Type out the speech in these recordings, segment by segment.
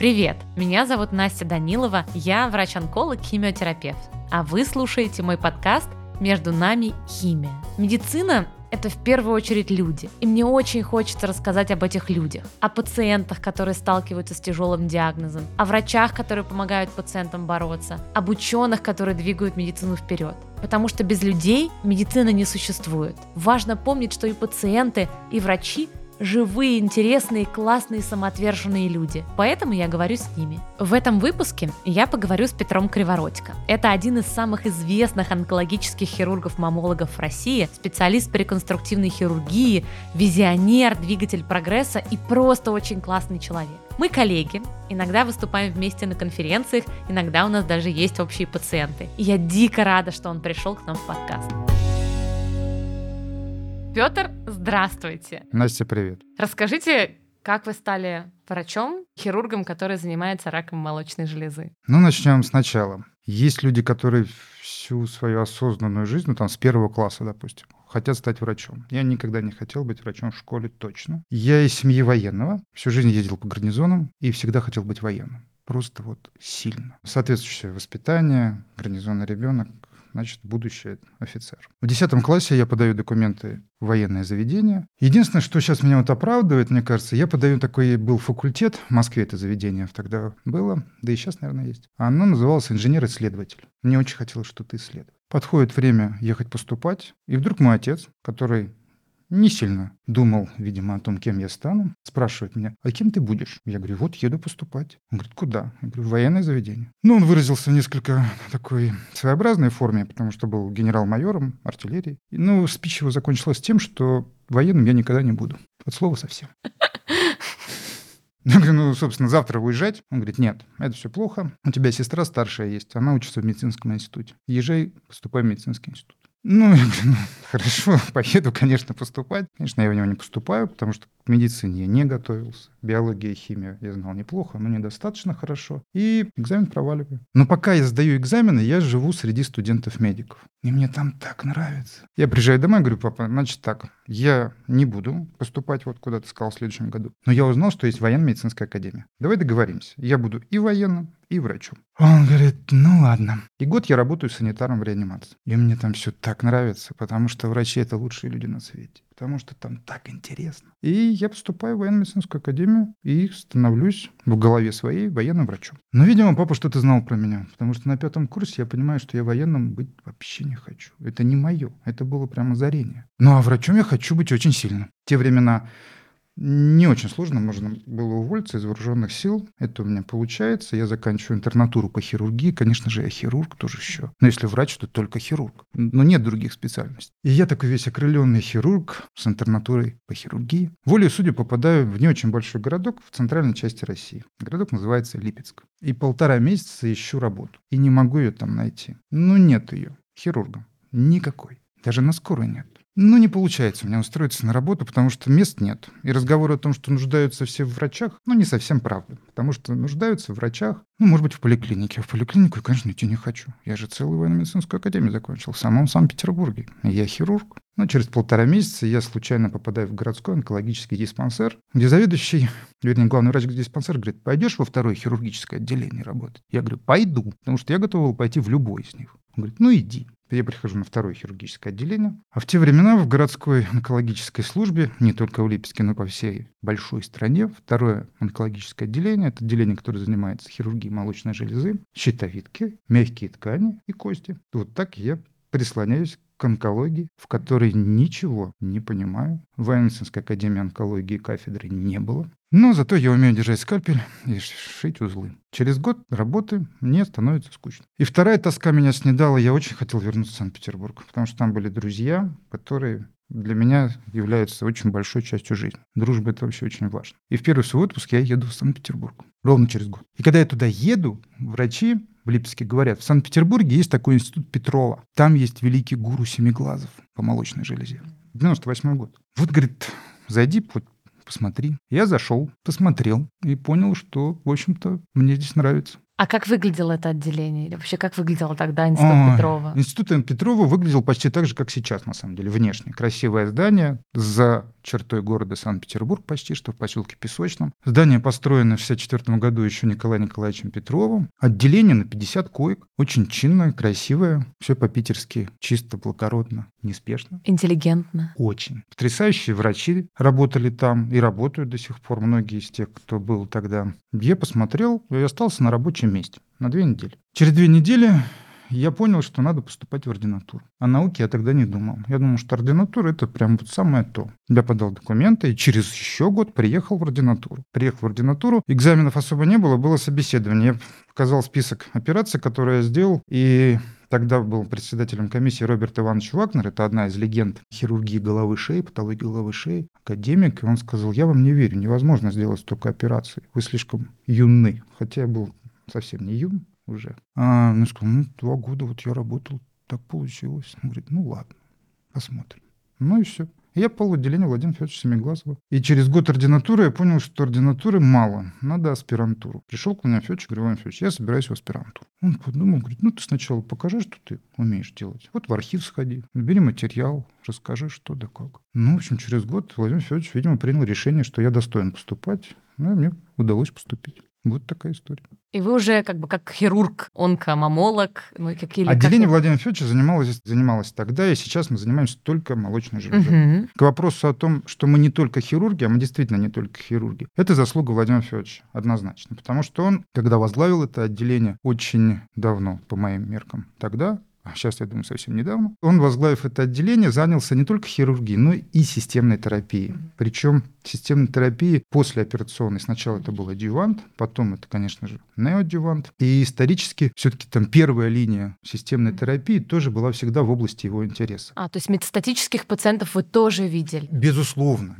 Привет, меня зовут Настя Данилова, я врач-онколог-химиотерапевт, а вы слушаете мой подкаст «Между нами химия». Медицина – это в первую очередь люди, и мне очень хочется рассказать об этих людях, о пациентах, которые сталкиваются с тяжелым диагнозом, о врачах, которые помогают пациентам бороться, об ученых, которые двигают медицину вперед. Потому что без людей медицина не существует. Важно помнить, что и пациенты, и врачи – живые, интересные, классные, самоотверженные люди. Поэтому я говорю с ними. В этом выпуске я поговорю с Петром Кривородько. Это один из самых известных онкологических хирургов-маммологов в России, специалист по реконструктивной хирургии, визионер, двигатель прогресса и просто очень классный человек. Мы коллеги, иногда выступаем вместе на конференциях, иногда у нас даже есть общие пациенты. И я дико рада, что он пришел к нам в подкаст. Петр, здравствуйте. Настя, привет. Расскажите, как вы стали врачом, хирургом, который занимается раком молочной железы? Начнем сначала. Есть люди, которые всю свою осознанную жизнь, с первого класса, допустим, хотят стать врачом. Я никогда не хотел быть врачом в школе точно. Я из семьи военного, всю жизнь ездил по гарнизонам и всегда хотел быть военным. Просто сильно. Соответствующее воспитание, гарнизонный ребенок, значит, будущий офицер. В 10 классе я подаю документы в военное заведение. Единственное, что сейчас меня оправдывает, мне кажется, я подаю был факультет, в Москве это заведение тогда было, да и сейчас, наверное, есть. Оно называлось инженер-исследователь. Мне очень хотелось что-то исследовать. Подходит время ехать поступать, и вдруг мой отец, который не сильно думал, видимо, о том, кем я стану, спрашивает меня: а кем ты будешь? Я говорю: еду поступать. Он говорит: куда? Я говорю: в военное заведение. Он выразился в несколько такой своеобразной форме, потому что был генерал-майором артиллерии. Спич его закончилась тем, что военным я никогда не буду. От слова совсем. Я говорю: собственно, завтра уезжать? Он говорит: нет, это все плохо. У тебя сестра старшая есть, она учится в медицинском институте. Езжай, поступай в медицинский институт. Я говорю: хорошо, поеду, конечно, поступать. Конечно, я в него не поступаю, потому что к медицине я не готовился. Биология и химия я знал неплохо, но недостаточно хорошо. И экзамен проваливаю. Но пока я сдаю экзамены, я живу среди студентов-медиков. И мне там так нравится. Я приезжаю домой и говорю: папа, значит так, я не буду поступать куда ты сказал в следующем году. Но я узнал, что есть военно-медицинская академия. Давай договоримся. Я буду и военным, и врачом. Он говорит: ладно. И год я работаю санитаром в реанимации. И мне там все так нравится, потому что врачи — это лучшие люди на свете. Потому что там так интересно. И я поступаю в военно-медицинскую академию и становлюсь в голове своей военным врачом. Но, видимо, папа что-то знал про меня, потому что на 5 курсе я понимаю, что я военным быть вообще не хочу. Это не мое. Это было прямо озарение. А врачом я хочу быть очень сильно. В те времена не очень сложно, можно было уволиться из вооруженных сил. Это у меня получается. Я заканчиваю интернатуру по хирургии. Конечно же, я хирург тоже еще. Но если врач, то только хирург. Но нет других специальностей. И я такой весь окрыленный хирург с интернатурой по хирургии. Волею судеб попадаю в не очень большой городок в центральной части России. Городок называется Липецк. И 1,5 месяца ищу работу. И не могу ее там найти. Нет ее. Хирургом. Никакой. Даже на скорой нет. Не получается у меня устроиться на работу, потому что мест нет. И разговор о том, что нуждаются все в врачах, не совсем правда. Потому что нуждаются в врачах, может быть, в поликлинике. А в поликлинику я, конечно, идти не хочу. Я же целую военно-медицинскую академию закончил в самом Санкт-Петербурге. Я хирург. Через 1,5 месяца я случайно попадаю в городской онкологический диспансер, где заведующий, главный врач диспансера говорит: пойдешь во 2-е хирургическое отделение работать? Я говорю: пойду, потому что я готов был пойти в любой из них. Он говорит: иди. Я прихожу на 2-е хирургическое отделение. А в те времена в городской онкологической службе, не только в Липецке, но по всей большой стране, 2-е онкологическое отделение — это отделение, которое занимается хирургией молочной железы, щитовидки, мягкие ткани и кости. Так я прислоняюсь к онкологии, в которой ничего не понимаю. В военно-медицинской академии онкологии кафедры не было. Но зато я умею держать скальпель и шить узлы. Через год работы мне становится скучно. И 2-я тоска меня снедала. Я очень хотел вернуться в Санкт-Петербург, потому что там были друзья, которые для меня являются очень большой частью жизни. Дружба — это вообще очень важно. И в первый свой отпуск я еду в Санкт-Петербург. Ровно через год. И когда я туда еду, врачи в Липецке говорят: в Санкт-Петербурге есть такой институт Петрова. Там есть великий гуру Семиглазов по молочной железе. 98-й год. Говорит, зайди, посмотри. Я зашел, посмотрел и понял, что, в общем-то, мне здесь нравится. А как выглядело это отделение? Или вообще как выглядело тогда Институт Петрова? Институт Петрова выглядел почти так же, как сейчас, на самом деле, внешне. Красивое здание за чертой города Санкт-Петербург почти, что в поселке Песочном. Здание построено в 1964 году еще Николаем Николаевичем Петровым. Отделение на 50 коек. Очень чинное, красивое. Все по-питерски. Чисто, благородно, неспешно. Интеллигентно. Очень. Потрясающие врачи работали там и работают до сих пор. Многие из тех, кто был тогда. Я посмотрел и остался на рабочем месте на 2 недели. Через 2 недели я понял, что надо поступать в ординатуру. О науке я тогда не думал. Я думал, что ординатура — это прям вот самое то. Я подал документы и через еще год приехал в ординатуру. Экзаменов особо не было, было собеседование. Я показал список операций, которые я сделал, и тогда был председателем комиссии Роберт Иванович Вагнер. Это одна из легенд хирургии головы шеи, патологии головы шеи, академик. И он сказал: я вам не верю, невозможно сделать столько операций. Вы слишком юны. Хотя я был совсем не юн уже. Он сказал: 2 года вот я работал, так получилось. Он говорит: ладно, посмотрим. И все. Я попал в отделение Владимира Федоровича Семиглазова. И через год ординатуры я понял, что ординатуры мало, надо аспирантуру. Пришел к Владимиру Федоровичу, говорю: Владимир Федорович, я собираюсь в аспирантуру. Он подумал, говорит: ты сначала покажи, что ты умеешь делать. Вот в архив сходи, набери материал, расскажи, что да как. В общем, через год Владимир Федорович, видимо, принял решение, что я достоин поступать. И мне удалось поступить. Вот такая история. И вы уже как хирург, онкомамолог, Отделение Владимира Федоровича занималось тогда, и сейчас мы занимаемся только молочной железой. К вопросу о том, что мы не только хирурги, а мы действительно не только хирурги, это заслуга Владимира Федоровича, однозначно. Потому что он, когда возглавил это отделение очень давно, по моим меркам, тогда, а сейчас, я думаю, совсем недавно, он, возглавив это отделение, занялся не только хирургией, но и системной терапией. Причем системной терапии послеоперационной. Сначала это был адъювант, потом это, конечно же, неоадъювант. И исторически все-таки там первая линия системной терапии тоже была всегда в области его интереса. То есть метастатических пациентов вы тоже видели? Безусловно.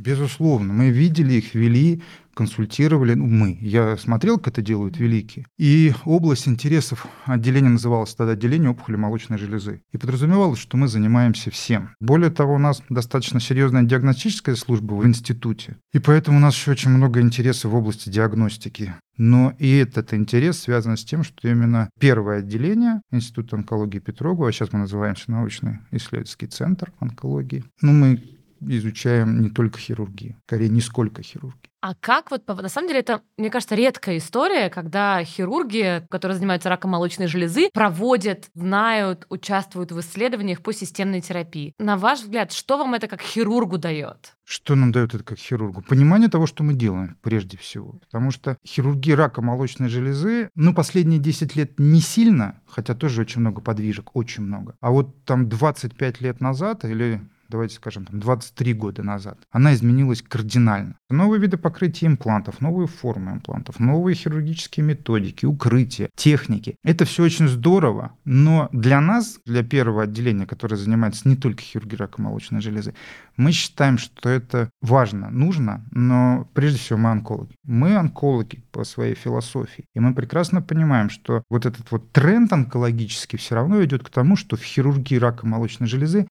Мы видели их, вели, консультировали. Я смотрел, как это делают великие. И область интересов отделения называлась тогда отделение опухоли молочной железы. И подразумевалось, что мы занимаемся всем. Более того, у нас достаточно серьезная диагностическая служба в институте. И поэтому у нас еще очень много интересов в области диагностики. Но и этот интерес связан с тем, что именно первое отделение Института онкологии Петрова, а сейчас мы называемся научно-исследовательский центр онкологии, мы изучаем не только хирургию, скорее, не сколько хирургии. А как на самом деле, это, мне кажется, редкая история, когда хирурги, которые занимаются раком молочной железы, проводят, знают, участвуют в исследованиях по системной терапии. На ваш взгляд, что вам это как хирургу дает? Что нам дает это как хирургу? Понимание того, что мы делаем, прежде всего. Потому что хирургия рака молочной железы, последние 10 лет не сильно, хотя тоже очень много подвижек, очень много. А вот там 25 лет назад или... давайте скажем, 23 года назад, она изменилась кардинально. Новые виды покрытия имплантов, новые формы имплантов, новые хирургические методики, укрытия, техники. Это все очень здорово, но для нас, для первого отделения, которое занимается не только хирургией рака молочной железы, мы считаем, что это важно, нужно, но прежде всего мы онкологи. Мы онкологи по своей философии. И мы прекрасно понимаем, что вот этот тренд онкологический все равно идет к тому, что в хирургии рака молочной железы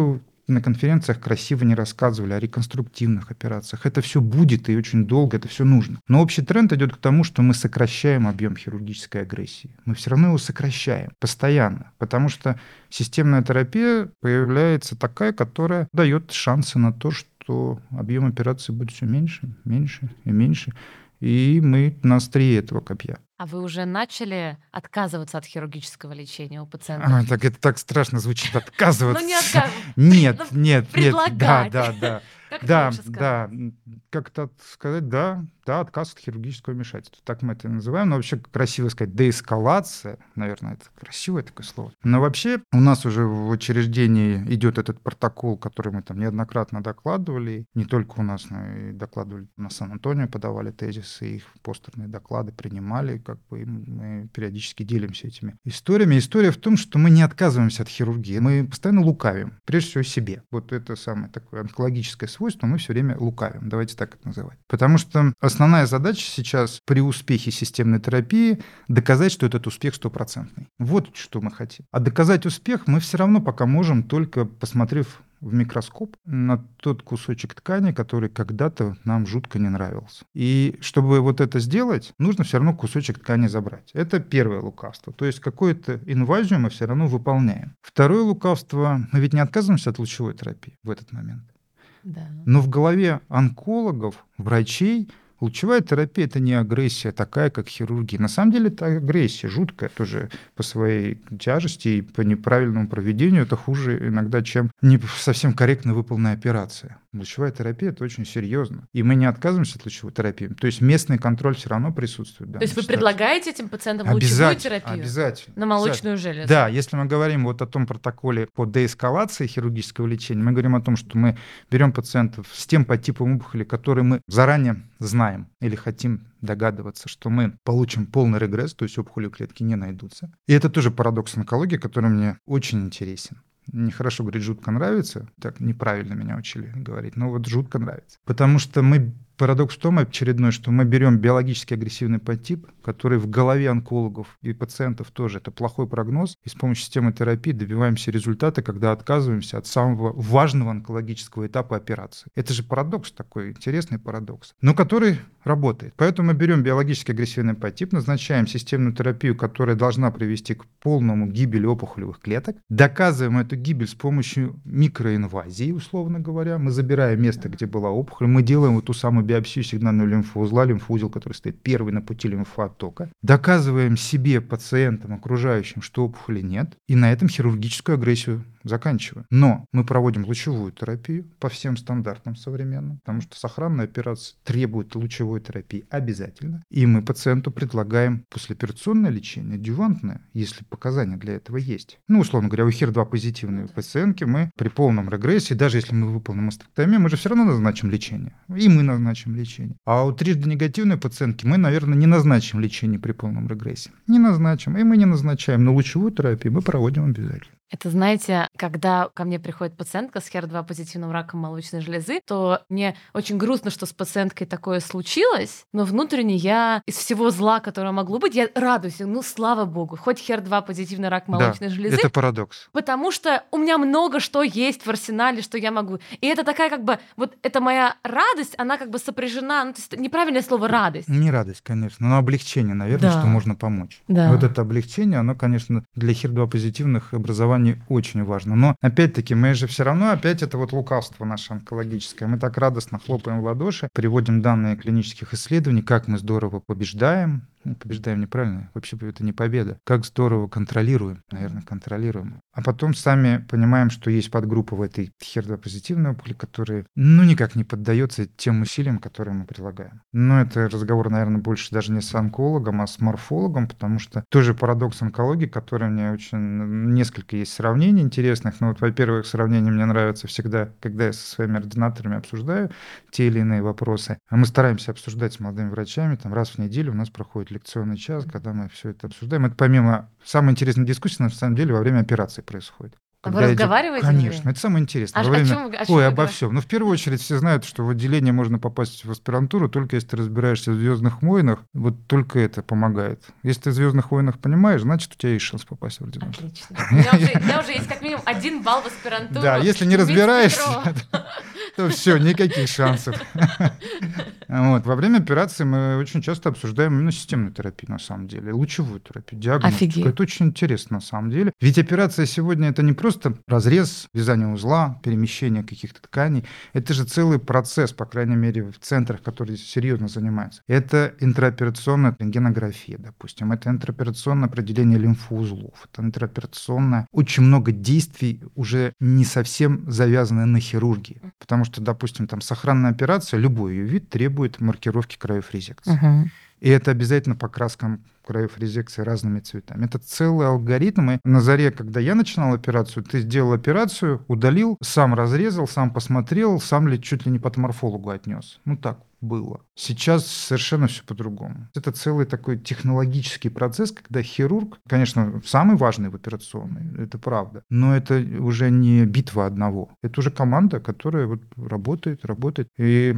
на конференциях красиво не рассказывали о реконструктивных операциях. Это все будет и очень долго, это все нужно. Но общий тренд идет к тому, что мы сокращаем объем хирургической агрессии. Мы все равно его сокращаем постоянно, потому что системная терапия появляется такая, которая дает шансы на то, что объем операций будет все меньше, меньше и меньше. И мы на острие этого копья. А вы уже начали отказываться от хирургического лечения у пациентов? Это так страшно звучит, отказываться. Не отказываться. Нет. Предлагать. Да. Как-то сказать, да, отказ от хирургического вмешательства. Так мы это называем. Но вообще красиво сказать деэскалация, наверное, это красивое такое слово. Но вообще у нас уже в учреждении идет этот протокол, который мы там неоднократно докладывали. Не только у нас, но и докладывали на Сан-Антонио, подавали тезисы, их постерные доклады принимали. И мы периодически делимся этими историями. История в том, что мы не отказываемся от хирургии. Мы постоянно лукавим. Прежде всего себе. Вот это самое такое онкологическое свойство. Мы все время лукавим. Давайте так это называть. Потому что основная задача сейчас при успехе системной терапии доказать, что этот успех 100%. Вот что мы хотим. А доказать успех мы все равно пока можем, только посмотрев в микроскоп на тот кусочек ткани, который когда-то нам жутко не нравился. И чтобы вот это сделать, нужно все равно кусочек ткани забрать. Это первое лукавство. То есть какую-то инвазию мы все равно выполняем. Второе лукавство, мы ведь не отказываемся от лучевой терапии в этот момент. Да. Но в голове онкологов, врачей, лучевая терапия – это не агрессия такая, как хирургия. На самом деле это агрессия жуткая тоже по своей тяжести и по неправильному проведению. Это хуже иногда, чем не совсем корректно выполненная операция. Лучевая терапия – это очень серьезно. И мы не отказываемся от лучевой терапии. То есть местный контроль все равно присутствует. То есть вы предлагаете этим пациентам лучевую терапию? Обязательно. На молочную железу? Да, если мы говорим вот о том протоколе по деэскалации хирургического лечения, мы говорим о том, что мы берем пациентов с тем подтипом опухоли, который мы заранее знаем или хотим догадываться, что мы получим полный регресс, то есть опухоли клетки не найдутся. И это тоже парадокс онкологии, который мне очень интересен. Нехорошо говорить «жутко нравится», так неправильно меня учили говорить, но вот жутко нравится. Потому что парадокс в том очередной, что мы берем биологически агрессивный подтип, который в голове онкологов и пациентов тоже это плохой прогноз, и с помощью системы терапии добиваемся результата, когда отказываемся от самого важного онкологического этапа операции. Это же парадокс такой, интересный парадокс, но который работает. Поэтому мы берем биологически агрессивный подтип, назначаем системную терапию, которая должна привести к полному гибели опухолевых клеток, доказываем эту гибель с помощью микроинвазии, условно говоря. Мы забираем место, где была опухоль, мы делаем вот ту самую биопсию сигнального лимфоузла, лимфоузел, который стоит первый на пути лимфооттока. Доказываем себе, пациентам, окружающим, что опухоли нет, и на этом хирургическую агрессию заканчиваем. Но мы проводим лучевую терапию по всем стандартам современным, потому что сохранная операция требует лучевой терапии обязательно. И мы пациенту предлагаем послеоперационное лечение, адъювантное, если показания для этого есть. Ну, условно говоря, у HER2 позитивной пациентки мы при полном регрессе, даже если мы выполним мастектомию, мы же все равно назначим лечение. И мы назначим лечение. А у трижды негативной пациентки мы, наверное, не назначим лечение при полном регрессе. Не назначим. И мы не назначаем. Но лучевую терапию мы проводим обязательно. Это, знаете, когда ко мне приходит пациентка с HER2 позитивным раком молочной железы, то мне очень грустно, что с пациенткой такое случилось, но внутренне я из всего зла, которое могло быть, я радуюсь, ну, слава богу, хоть HER2 позитивный рак молочной железы. Это парадокс. Потому что у меня много что есть в арсенале, что я могу. И это такая как бы, вот эта моя радость, она как бы сопряжена, ну, то есть неправильное слово радость. Не радость, конечно, но облегчение, наверное, Да. что можно помочь. Да. Вот это облегчение, оно, конечно, для HER2 позитивных образований очень важно. Но, опять-таки, мы же все равно, опять это вот лукавство наше онкологическое. Мы так радостно хлопаем в ладоши, приводим данные клинических исследований, как мы здорово побеждаем. Побеждаем неправильно, вообще это не победа. Как здорово контролируем, наверное, контролируем. А потом сами понимаем, что есть подгруппа в этой HER2 позитивной опухоли, которая, никак не поддается тем усилиям, которые мы прилагаем. Но это разговор, наверное, больше даже не с онкологом, а с морфологом, потому что тоже парадокс онкологии, который мне очень... Несколько есть сравнений интересных. Но вот, во-первых, сравнения мне нравятся всегда, когда я со своими ординаторами обсуждаю те или иные вопросы. А мы стараемся обсуждать с молодыми врачами, там раз в неделю у нас проходит лекционный час, когда мы все это обсуждаем. Это помимо самой интересной дискуссии, на самом деле, во время операции происходит. Вы разговариваете? Конечно, это самое интересное. Во время... обо всем. Но в первую очередь все знают, что в отделение можно попасть в аспирантуру только если ты разбираешься в «Звездных войнах». Вот только это помогает. Если ты в «Звездных войнах» понимаешь, значит, у тебя есть шанс попасть в ординатуру. Отлично. У меня уже есть как минимум 1 балл в аспирантуру. Да, если не разбираешься, то все, никаких шансов. Вот. Во время операции мы очень часто обсуждаем именно системную терапию, на самом деле, лучевую терапию, диагностику. Это очень интересно, на самом деле. Ведь операция сегодня — это не просто разрез, вязание узла, перемещение каких-то тканей. Это же целый процесс, по крайней мере, в центрах, которые серьезно занимаются. Это интраоперационная рентгенография, допустим. Это интраоперационное определение лимфоузлов. Это интраоперационное. Очень много действий уже не совсем завязаны на хирургии. Потому что, допустим, там сохранная операция, любой ее вид требует маркировки краев резекции. И это обязательно по краскам краев резекции разными цветами. Это целый алгоритм. И на заре, когда я начинал операцию, ты сделал операцию, удалил, сам разрезал, сам посмотрел, сам чуть ли не патоморфологу отнес. Ну так, было. Сейчас совершенно все по-другому. Это целый такой технологический процесс, когда хирург, конечно, самый важный в операционной, это правда, но это уже не битва одного. Это уже команда, которая вот работает. И,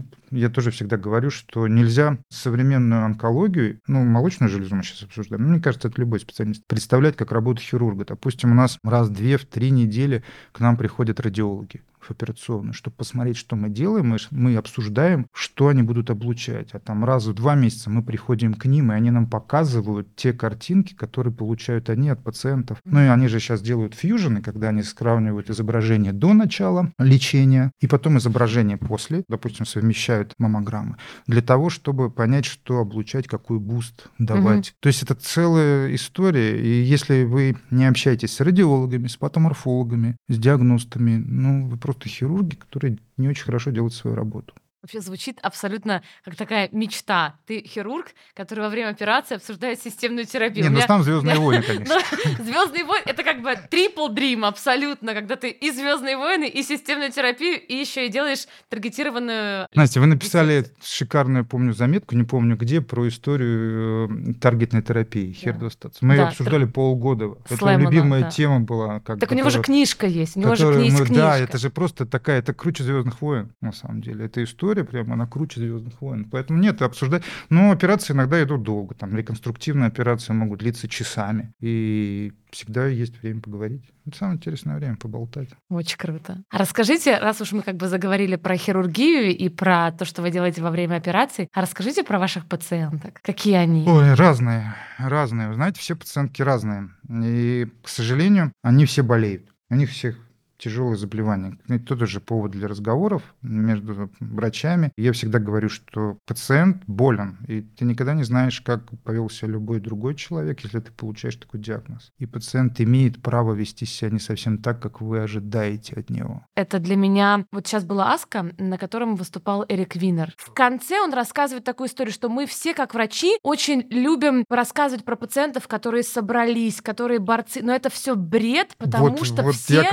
я тоже всегда говорю, что нельзя современную онкологию, молочную железу мы сейчас обсуждаем, мне кажется, это любой специалист, представлять как работу хирурга. Допустим, у нас раз в 2-3 недели к нам приходят радиологи в операционную, чтобы посмотреть, что мы делаем, мы обсуждаем, что они будут облучать. А там раз в 2 месяца мы приходим к ним, и они нам показывают те картинки, которые получают они от пациентов. И они же сейчас делают фьюжены, когда они сравнивают изображение до начала лечения и потом изображение после, допустим, совмещают маммограммы, для того, чтобы понять, что облучать, какой буст давать. То есть это целая история, и если вы не общаетесь с радиологами, с патоморфологами, с диагностами, вы просто хирурги, которые не очень хорошо делают свою работу. Вообще звучит абсолютно как такая мечта. Ты хирург, который во время операции обсуждает системную терапию. Там «Звездные войны», конечно. «Звездные войны» — это как бы triple dream абсолютно, когда ты и «Звездные войны», и системную терапию, и еще и делаешь таргетированную... Настя, вы написали шикарную, помню, заметку, не помню где, про историю таргетной терапии хердостатс. Мы ее обсуждали полгода. Это любимая тема была. Так у него же книжка есть, у него же книжка. Да, это же просто такая, это круче «Звездных войн», на самом деле. Это история прямо, она круче «Звездных войн». Поэтому нет, обсуждать. Но операции иногда идут долго. Там реконструктивные операции могут длиться часами. И всегда есть время поговорить. Это самое интересное время поболтать. Очень круто. А расскажите, раз уж мы как бы заговорили про хирургию и про то, что вы делаете во время операций, расскажите про ваших пациенток. Какие они? Ой, разные. Вы знаете, все пациентки разные. И, к сожалению, они все болеют. У них всех тяжелые заболевания. Это тоже повод для разговоров между врачами. Я всегда говорю, что пациент болен, и ты никогда не знаешь, как повел себя любой другой человек, если ты получаешь такой диагноз. И пациент имеет право вести себя не совсем так, как вы ожидаете от него. Это для меня... Вот сейчас была Аска, на котором выступал Эрик Винер. В конце он рассказывает такую историю, что мы все, как врачи, очень любим рассказывать про пациентов, которые собрались, которые борцы. Но это все бред, потому что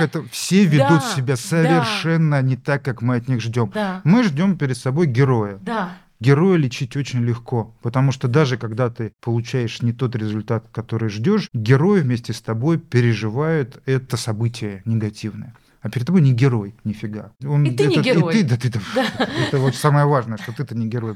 все ведут себя совершенно не так, как мы от них ждем. Мы ждем перед собой героя. Героя лечить очень легко, потому что даже когда ты получаешь не тот результат, который ждешь, герой вместе с тобой переживает это событие негативное. А перед тобой не герой, нифига. И ты не герой. И ты. Это вот самое важное, что ты-то не герой.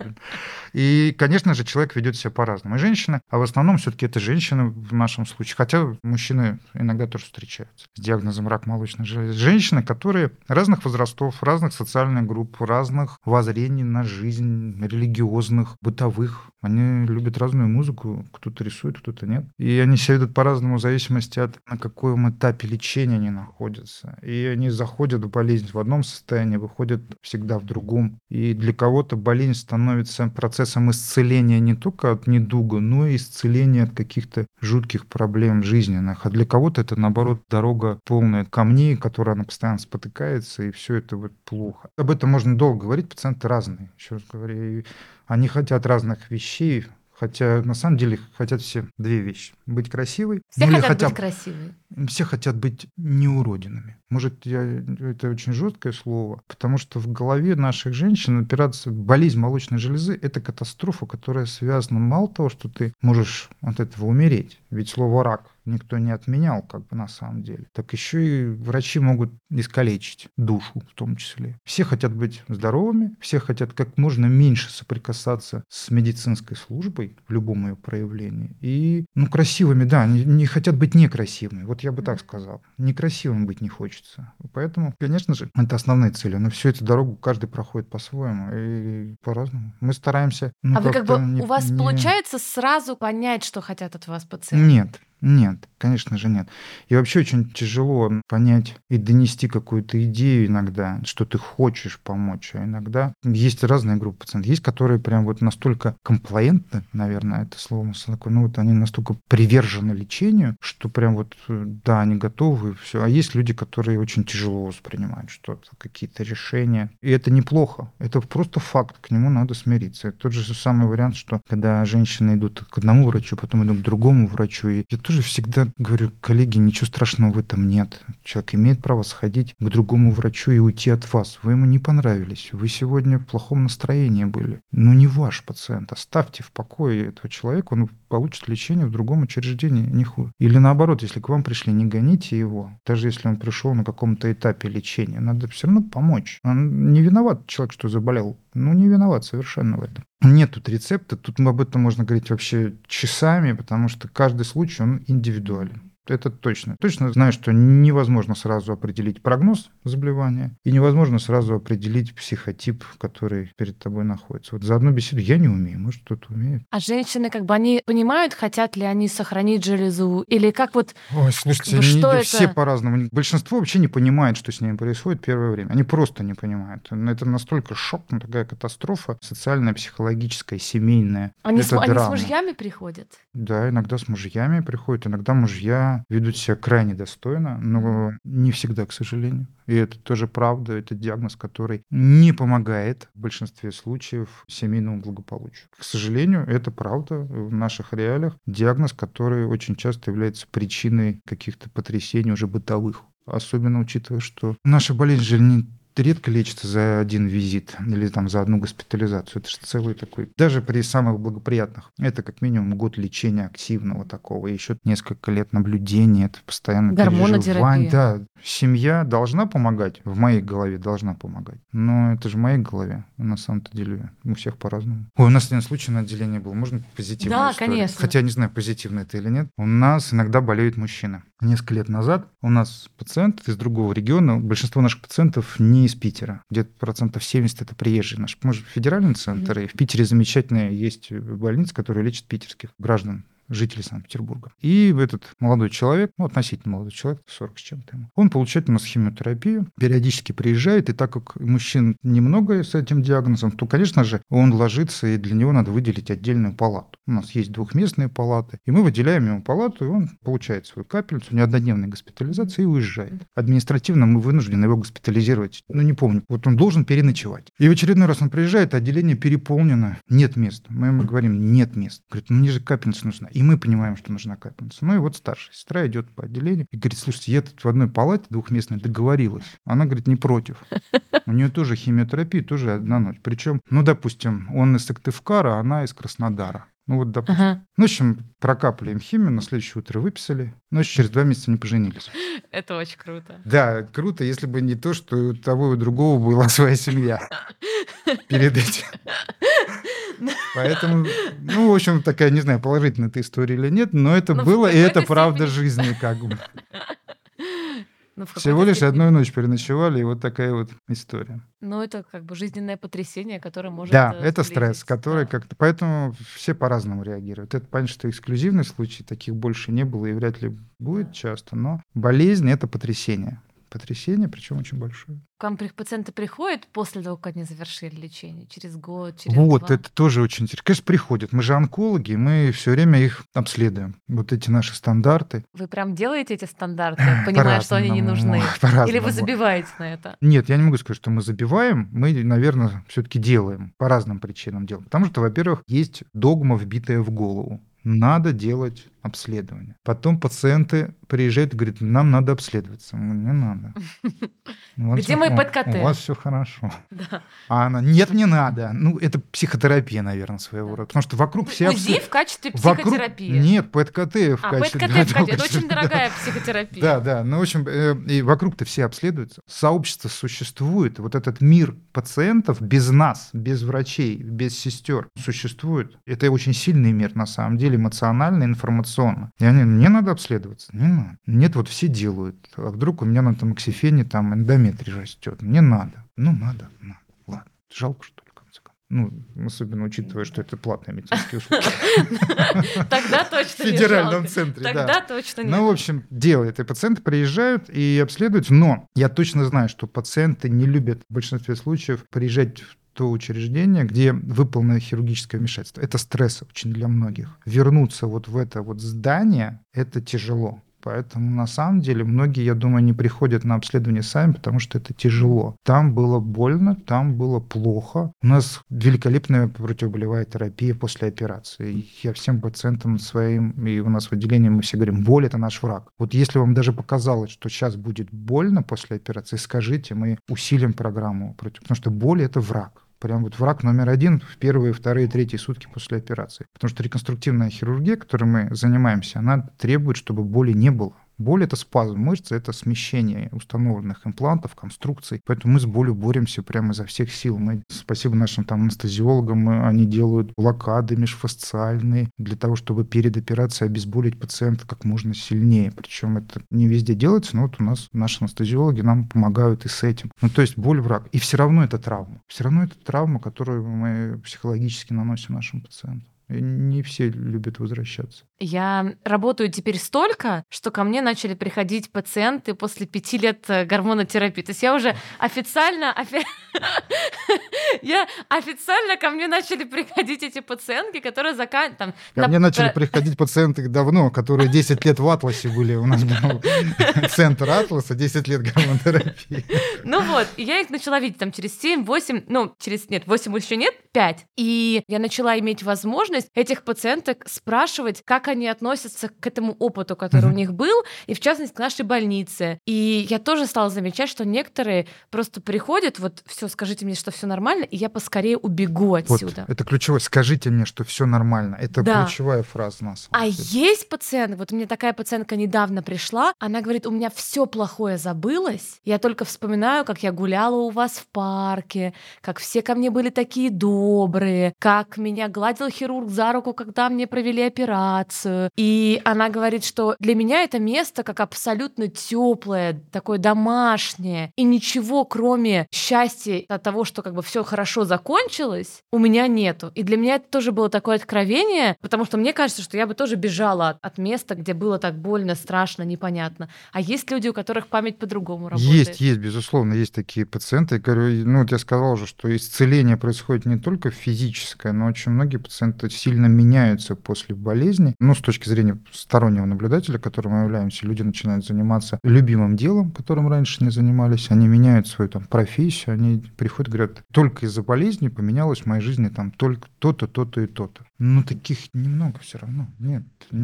И, конечно же, человек ведет себя по-разному. И женщины, а в основном все-таки это женщины в нашем случае. Хотя мужчины иногда тоже встречаются с диагнозом рак молочной железы. Женщины, которые разных возрастов, разных социальных групп, разных воззрений на жизнь, религиозных, бытовых. Они любят разную музыку. Кто-то рисует, кто-то нет. И они себя ведут по-разному в зависимости от на каком этапе лечения они находятся. И они заходят в болезнь в одном состоянии, выходят всегда в другом. И для кого-то болезнь становится процессом исцеления не только от недуга, но и исцеления от каких-то жутких проблем жизненных. А для кого-то это, наоборот, дорога полная камней, которой она постоянно спотыкается, и все это вот плохо. Об этом можно долго говорить, пациенты разные. Еще раз говорю, они хотят разных вещей, хотя на самом деле хотят все две вещи. Быть красивой. Все хотят быть красивой. Все хотят быть неуродинами. Может, это очень жесткое слово, потому что в голове наших женщин болезнь молочной железы – это катастрофа, которая связана мало того, что ты можешь от этого умереть. Ведь слово «рак» никто не отменял, как бы на самом деле. Так еще и врачи могут искалечить душу в том числе. Все хотят быть здоровыми, все хотят как можно меньше соприкасаться с медицинской службой в любом ее проявлении. И, красивыми, да, не хотят быть некрасивыми. Вот я бы так сказал. Некрасивым быть не хочется. Поэтому, конечно же, это основные цели. Но всю эту дорогу каждый проходит по-своему и по-разному. Мы стараемся... у вас получается сразу понять, что хотят от вас пациенты? Нет, конечно же нет. И вообще очень тяжело понять и донести какую-то идею иногда, что ты хочешь помочь. А иногда есть разные группы пациентов. Есть, которые прям вот настолько комплаентны, наверное, это слово такое, они настолько привержены лечению, что прям вот, да, они готовы, все. А есть люди, которые очень тяжело воспринимают что-то, какие-то решения. И это неплохо. Это просто факт, к нему надо смириться. Это тот же самый вариант, что когда женщины идут к одному врачу, потом идут к другому врачу, и это тоже тоже всегда говорю, коллеги, ничего страшного в этом нет. Человек имеет право сходить к другому врачу и уйти от вас. Вы ему не понравились. Вы сегодня в плохом настроении были. Ну, не ваш пациент. Оставьте в покое этого человека. Он получит лечение в другом учреждении. Не хуже. Или наоборот, если к вам пришли, не гоните его. Даже если он пришел на каком-то этапе лечения. Надо все равно помочь. Он не виноват, человек, что заболел. Ну, не виноват совершенно в этом. Нет тут рецепта. Тут об этом можно говорить вообще часами, потому что каждый случай, он индивидуален. Это точно. Точно знаю, что невозможно сразу определить прогноз заболевания и невозможно сразу определить психотип, который перед тобой находится. Вот за одну беседу я не умею, может, кто-то умеет. А женщины, они понимают, хотят ли они сохранить железу, или как вот... Ой, слушайте, что это? Все по-разному. Большинство вообще не понимает, что с ними происходит первое время. Они просто не понимают. Это настолько шок, такая катастрофа социальная, психологическая, семейная. Они с драма. мужьями приходят? Да, иногда с мужьями приходят, иногда мужья ведут себя крайне достойно, но не всегда, к сожалению. И это тоже правда, это диагноз, который не помогает в большинстве случаев семейному благополучию. К сожалению, это правда в наших реалиях. Диагноз, который очень часто является причиной каких-то потрясений уже бытовых. Особенно учитывая, что наша болезнь же не редко лечится за один визит или за одну госпитализацию. Это же целый такой... Даже при самых благоприятных. Это как минимум год лечения активного такого. И еще несколько лет наблюдения. Это постоянно переживание. Да, семья должна помогать. В моей голове должна помогать. Но это же в моей голове. На самом-то деле у всех по-разному. Ой, у нас один случай на отделении был. Можно позитивную Да, историю? конечно. Хотя не знаю, позитивно это или нет. У нас иногда болеют мужчины. Несколько лет назад у нас пациент из другого региона. Большинство наших пациентов не из Питера. Где-то 70% это приезжие наши. Мы же федеральный центр, и в Питере замечательная есть больница, которая лечит питерских граждан, жителей Санкт-Петербурга. И этот молодой человек, относительно молодой человек, 40 с чем-то ему, он получает у нас химиотерапию, периодически приезжает, и так как мужчин немного с этим диагнозом, то, конечно же, он ложится, и для него надо выделить отдельную палату. У нас есть двухместные палаты, и мы выделяем ему палату, и он получает свою капельницу, неоднодневной госпитализации и уезжает. Административно мы вынуждены его госпитализировать. Не помню. Вот он должен переночевать. И в очередной раз он приезжает, отделение переполнено, нет мест. Мы ему говорим, нет мест. Говорит, мне же капельница нужна. И мы понимаем, что нужна капельница. И вот старшая сестра идет по отделению и говорит, слушайте, я тут в одной палате двухместной договорилась. Она, говорит, не против. У нее тоже химиотерапия, тоже одна ночь. Причем, допустим, он из Сыктывкара, а она из Краснодара. Допустим. Ага. В общем, прокапали им химию, на следующее утро выписали. Но еще через 2 месяца не поженились. Это очень круто. Да, круто, если бы не то, что у того и у другого была своя семья перед этим. Поэтому, в общем, такая, не знаю, положительная эта история или нет, но это было, и это правда жизни как бы. Всего лишь одну ночь переночевали, и вот такая вот история. Это жизненное потрясение, которое может... Да, это стресс, который как-то... Поэтому все по-разному реагируют. Это понятно, что эксклюзивный случай, таких больше не было и вряд ли будет часто, но болезнь — это потрясение. Потрясение, причем очень большое. К вам пациенты приходят после того, как они завершили лечение? Через год, через 2? Это тоже очень интересно. Конечно, приходят. Мы же онкологи, мы все время их обследуем. Вот эти наши стандарты. Вы прям делаете эти стандарты, понимая, что они не нужны? Или вы забиваете на это? Нет, я не могу сказать, что мы забиваем. Мы, наверное, все-таки делаем. По разным причинам делаем. Потому что, во-первых, есть догма, вбитая в голову. Надо делать обследование. Потом пациенты приезжают и говорят, нам надо обследоваться. Не надо. Где мои ПЭТ-КТ? У вас все хорошо. Да. А она, нет, не надо. Это психотерапия, наверное, своего рода. Потому что вокруг все... УЗИ в качестве психотерапии? Нет, ПЭТ-КТ в качестве... ПЭТ-КТ это очень дорогая психотерапия. Да. В общем, и вокруг-то все обследуются. Сообщество существует. Вот этот мир пациентов без нас, без врачей, без сестер существует. Это очень сильный мир, на самом деле, эмоционально, информационно. И они, мне надо обследоваться. Не надо. Нет, вот все делают. А вдруг у меня на тамоксифене эндометрий растет. Мне надо. Надо. Ладно. Жалко, что ли, в конце концов. Особенно учитывая, что это платные медицинские услуги. Тогда точно не в федеральном центре, Тогда точно не. В общем, делают. И пациенты приезжают и обследуются. Но я точно знаю, что пациенты не любят в большинстве случаев приезжать в то учреждение, где выполнено хирургическое вмешательство. Это стресс очень для многих. Вернуться вот в это вот здание, это тяжело. Поэтому на самом деле многие, я думаю, не приходят на обследование сами, потому что это тяжело. Там было больно, там было плохо. У нас великолепная противоболевая терапия после операции. И я всем пациентам своим, и у нас в отделении мы все говорим, боль – это наш враг. Вот если вам даже показалось, что сейчас будет больно после операции, скажите, мы усилим программу против, потому что боль – это враг. Прям вот враг номер один в первые, вторые, третьи сутки после операции. Потому что реконструктивная хирургия, которой мы занимаемся, она требует, чтобы боли не было. Боль – это спазм мышцы, это смещение установленных имплантов, конструкций. Поэтому мы с болью боремся прямо изо всех сил. Спасибо нашим там анестезиологам, они делают блокады межфасциальные для того, чтобы перед операцией обезболить пациента как можно сильнее. Причем это не везде делается, но вот у нас наши анестезиологи нам помогают и с этим. Ну, то есть боль – враг. И все равно это травма. Все равно это травма, которую мы психологически наносим нашим пациентам. И не все любят возвращаться. Я работаю теперь столько, что ко мне начали приходить пациенты после 5 лет гормонотерапии. То есть я уже официально ко мне начали приходить эти пациентки, которые заканчивают... Ко мне начали приходить пациенты давно, которые 10 лет в Атласе были. У нас был центр Атласа, 10 лет гормонотерапии. Ну вот, и я их начала видеть там через 7-8, 8 еще нет, 5. И я начала иметь возможность этих пациенток спрашивать, как они относятся к этому опыту, который у них был, и в частности к нашей больнице. И я тоже стала замечать, что некоторые просто приходят, вот все, скажите мне, что все нормально, и я поскорее убегу отсюда. Вот, это ключевое. Скажите мне, что все нормально. Это ключевая фраза нас. А есть пациенты, вот у меня такая пациентка недавно пришла, она говорит, у меня все плохое забылось, я только вспоминаю, как я гуляла у вас в парке, как все ко мне были такие добрые, как меня гладил хирург за руку, когда мне провели операцию. И она говорит, что для меня это место как абсолютно теплое, такое домашнее. И ничего, кроме счастья от того, что как бы все хорошо закончилось, у меня нету. И для меня это тоже было такое откровение, потому что мне кажется, что я бы тоже бежала от места, где было так больно, страшно, непонятно. А есть люди, у которых память по-другому работает. Есть, безусловно, есть такие пациенты. Говорю, вот я сказал уже, что исцеление происходит не только физическое, но очень многие пациенты сильно меняются после болезни. Ну, с точки зрения стороннего наблюдателя, которым мы являемся, люди начинают заниматься любимым делом, которым раньше не занимались, они меняют свою там профессию, они приходят, говорят, только из-за болезни поменялось в моей жизни там только то-то, то-то и то-то. Но таких немного все равно. Нет.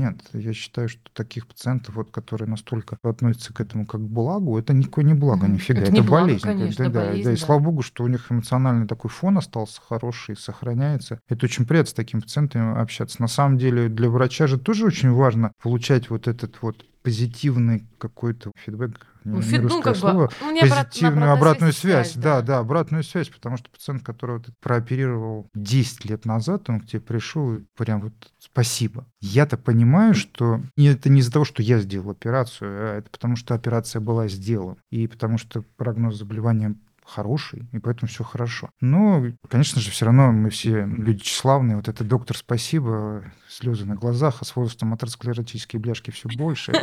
Я считаю, что таких пациентов, вот, которые настолько относятся к этому как к благу, это никакое не благо, нифига. Это не благо, болезнь. конечно, болезнь, И слава богу, что у них эмоциональный такой фон остался хороший, сохраняется. Это очень приятно с такими пациентами общаться. На самом деле для врача же тоже очень важно получать вот этот вот позитивный какой-то фидбэк, не русское слово, позитивную обратную связь. Да, обратную связь, потому что пациент, которого ты прооперировал 10 лет назад, он к тебе пришел и прям вот спасибо. Я-то понимаю, что это не из-за того, что я сделал операцию, а это потому, что операция была сделана, и потому что прогноз заболевания хороший, и поэтому все хорошо. Но, конечно же, все равно мы все люди тщеславные. Вот это доктор, спасибо, слезы на глазах, а с возрастом атеросклеротические бляшки все больше.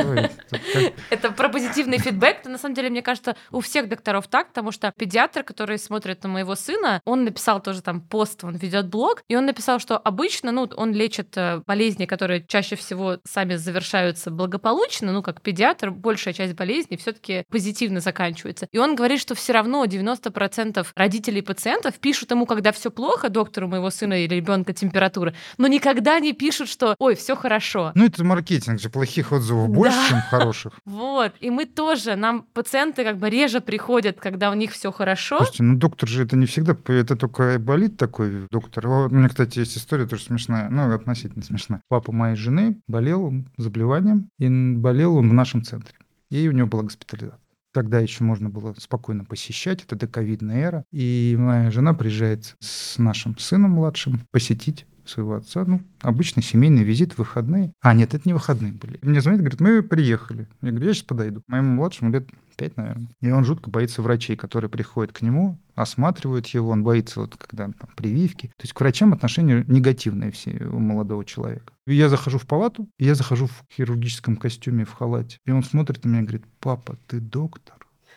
Это про позитивный фидбэк. На самом деле, мне кажется, у всех докторов так, потому что педиатр, который смотрит на моего сына, он написал тоже там пост, он ведет блог, и он написал, что обычно, он лечит болезни, которые чаще всего сами завершаются благополучно, как педиатр, большая часть болезней все-таки позитивно заканчивается. И он говорит, что все равно 90% родителей пациентов пишут ему, когда все плохо, доктору моего сына или ребенка температура, но никогда не пишут, что ой, все хорошо. Это маркетинг же, плохих отзывов больше, чем хороших. Вот. И мы тоже, нам пациенты как бы реже приходят, когда у них все хорошо. Слушайте, доктор же это не всегда, это только айболит такой доктор. У меня, кстати, есть история тоже смешная, относительно смешная. Папа моей жены болел заболеванием, и болел он в нашем центре. И у него была госпитализация. Тогда еще можно было спокойно посещать, это доковидная эра. И моя жена приезжает с нашим сыном младшим посетить своего отца. Обычный семейный визит в выходные. Нет, это не выходные были. Мне звонит, говорит, мы приехали. Я говорю, я сейчас подойду. Моему младшему лет 5, наверное. И он жутко боится врачей, которые приходят к нему, осматривают его. Он боится, когда там прививки. То есть к врачам отношения негативные все у молодого человека. И я захожу в палату, и я захожу в хирургическом костюме, в халате. И он смотрит на меня и говорит, папа, ты доктор?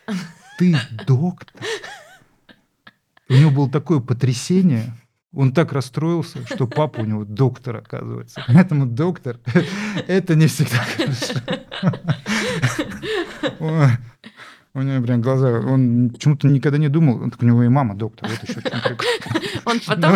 Ты доктор? У него было такое потрясение. Он так расстроился, что папа у него доктор, оказывается. Поэтому доктор – это не всегда хорошо. Ой, у него прям глаза... Он почему-то никогда не думал. У него и мама доктор. Вот еще в чем прикол. Он потом...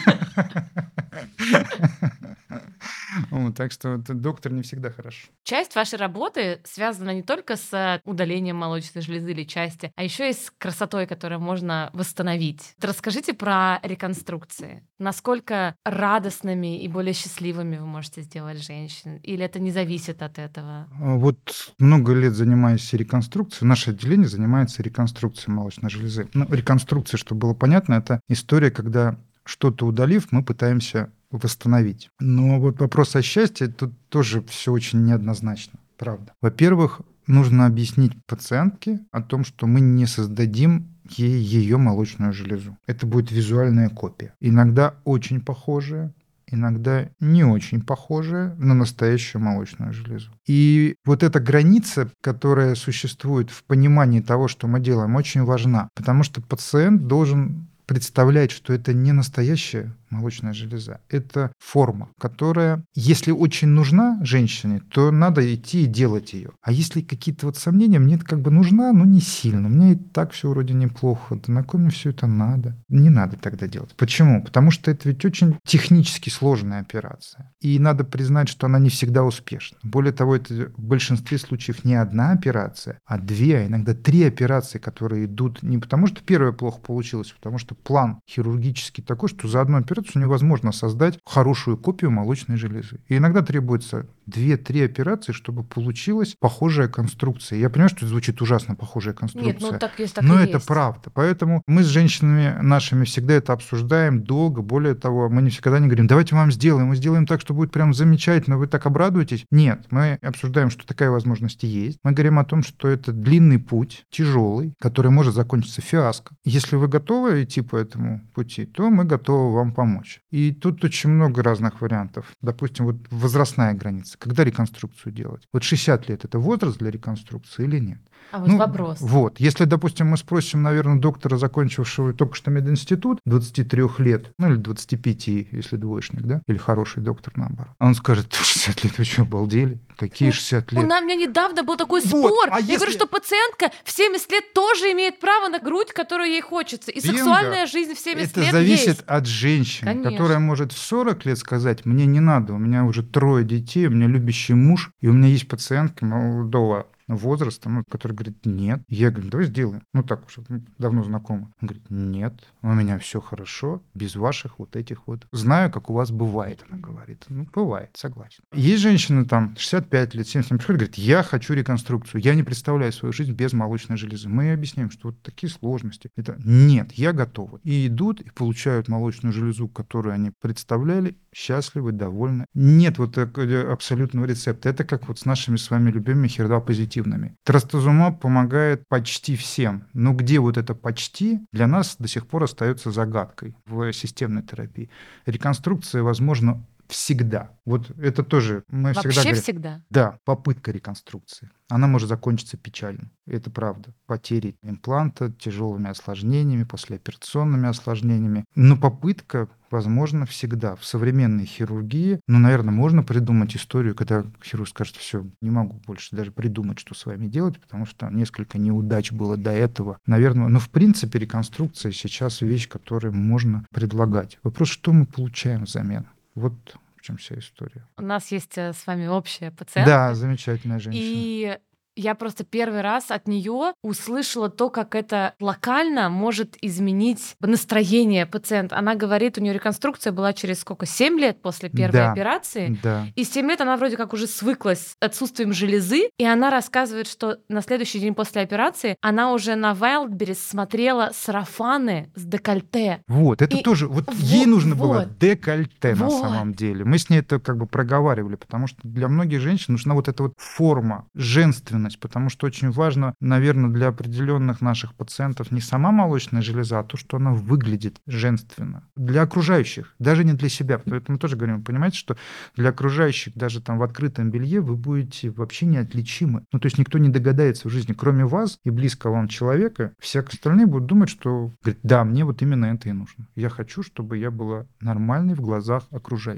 Так что доктор не всегда хорошо. Часть вашей работы связана не только с удалением молочной железы или части, а еще и с красотой, которую можно восстановить. Расскажите про реконструкции. Насколько радостными и более счастливыми вы можете сделать женщин? Или это не зависит от этого? Вот много лет занимаюсь реконструкцией. Наше отделение занимается реконструкцией молочной железы. Реконструкция, чтобы было понятно, это история, когда что-то удалив, мы пытаемся восстановить. Но вот вопрос о счастье, тут тоже все очень неоднозначно, правда. Во-первых, нужно объяснить пациентке о том, что мы не создадим ей ее молочную железу. Это будет визуальная копия. Иногда очень похожая, иногда не очень похожая на настоящую молочную железу. И вот эта граница, которая существует в понимании того, что мы делаем, очень важна, потому что пациент должен представлять, что это не настоящая молочная железа. Это форма, которая, если очень нужна женщине, то надо идти и делать ее. А если какие-то вот сомнения, мне это как бы нужна, но не сильно. Мне и так все вроде неплохо. Да на кой мне все это надо? Не надо тогда делать. Почему? Потому что это ведь очень технически сложная операция. И надо признать, что она не всегда успешна. Более того, это в большинстве случаев не одна операция, а 2, а иногда 3 операции, которые идут не потому, что первая плохо получилась, а потому что план хирургический такой, что за одну операцию невозможно создать хорошую копию молочной железы. И иногда требуется 2-3 операции, чтобы получилась похожая конструкция. Я понимаю, что это звучит ужасно, похожая конструкция. Нет, ну так есть, так но и это есть. правда. Поэтому мы с женщинами нашими всегда это обсуждаем долго. Более того, мы никогда не говорим, давайте мы вам сделаем, мы сделаем так, что будет прям замечательно, вы так обрадуетесь. Нет, мы обсуждаем, что такая возможность есть. Мы говорим о том, что это длинный путь, тяжелый, который может закончиться фиаско. Если вы готовы идти по этому пути, то мы готовы вам помочь. И тут очень много разных вариантов. Допустим, вот возрастная граница. Когда реконструкцию делать? Вот 60 лет – это возраст для реконструкции или нет? А вот вопрос. Вот. Если, допустим, мы спросим, наверное, доктора, закончившего только что мединститут, 23 лет, ну или 25, если двоечник, да? Или хороший доктор, наоборот. Он скажет, 60 лет, вы что, обалдели? Какие 60 лет? У меня недавно был такой Вот, спор. а Я если- говорю, что пациентка в 70 лет тоже имеет право на грудь, которую ей хочется. И Бинго. сексуальная жизнь в 70 Это лет зависит есть. от женщины, Конечно. которая может в 40 лет сказать, мне не надо, у меня уже 3 детей, у меня любящий муж, и у меня есть пациентка молодого возраста, который говорит, нет. Я говорю, давай сделаем. Так уже давно знакомы. Он говорит, нет, у меня все хорошо, без ваших вот этих вот. Знаю, как у вас бывает, она говорит. Бывает, согласен. Есть женщины там 65 лет, 70 лет, приходят, говорит, я хочу реконструкцию, я не представляю свою жизнь без молочной железы. Мы ей объясняем, что вот такие сложности. Это нет, я готова. И идут, и получают молочную железу, которую они представляли, счастливы, довольны. Нет вот такого абсолютного рецепта. Это как вот с нашими с вами любимыми HER2-позитивными. Трастузумаб помогает почти всем. Но где вот это почти, для нас до сих пор остается загадкой в системной терапии. Реконструкция возможна всегда. Вот это тоже мы всегда Вообще говорим. всегда. Да, попытка реконструкции. Она может закончиться печально. Это правда. Потери импланта, тяжелыми осложнениями, послеоперационными осложнениями. Но попытка возможно всегда. В современной хирургии, наверное, можно придумать историю, когда хирург скажет, все, не могу больше даже придумать, что с вами делать, потому что несколько неудач было до этого. Наверное, но в принципе реконструкция сейчас вещь, которую можно предлагать. Вопрос, что мы получаем взамен? Вот в чем вся история. У нас есть с вами общая пациентка. Да, замечательная женщина. И я просто первый раз от нее услышала то, как это локально может изменить настроение пациента. Она говорит, у нее реконструкция была через 7 лет после первой Да. операции. Да. И 7 лет она вроде как уже свыклась с отсутствием железы, и она рассказывает, что на следующий день после операции она уже на Wildberries смотрела сарафаны с декольте. Вот, это И тоже, ей нужно было вот. декольте на Вот. самом деле. Мы с ней это проговаривали, потому что для многих женщин нужна вот эта вот форма, женственность, потому что очень важно, наверное, для определенных наших пациентов не сама молочная железа, а то, что она выглядит женственно. Для окружающих, даже не для себя. Поэтому мы тоже говорим, понимаете, что для окружающих даже там в открытом белье вы будете вообще неотличимы. То есть никто не догадается в жизни, кроме вас и близкого вам человека, все остальные будут думать, что, говорит, да, мне вот именно это и нужно. Я хочу, чтобы я была нормальной в глазах окружающих.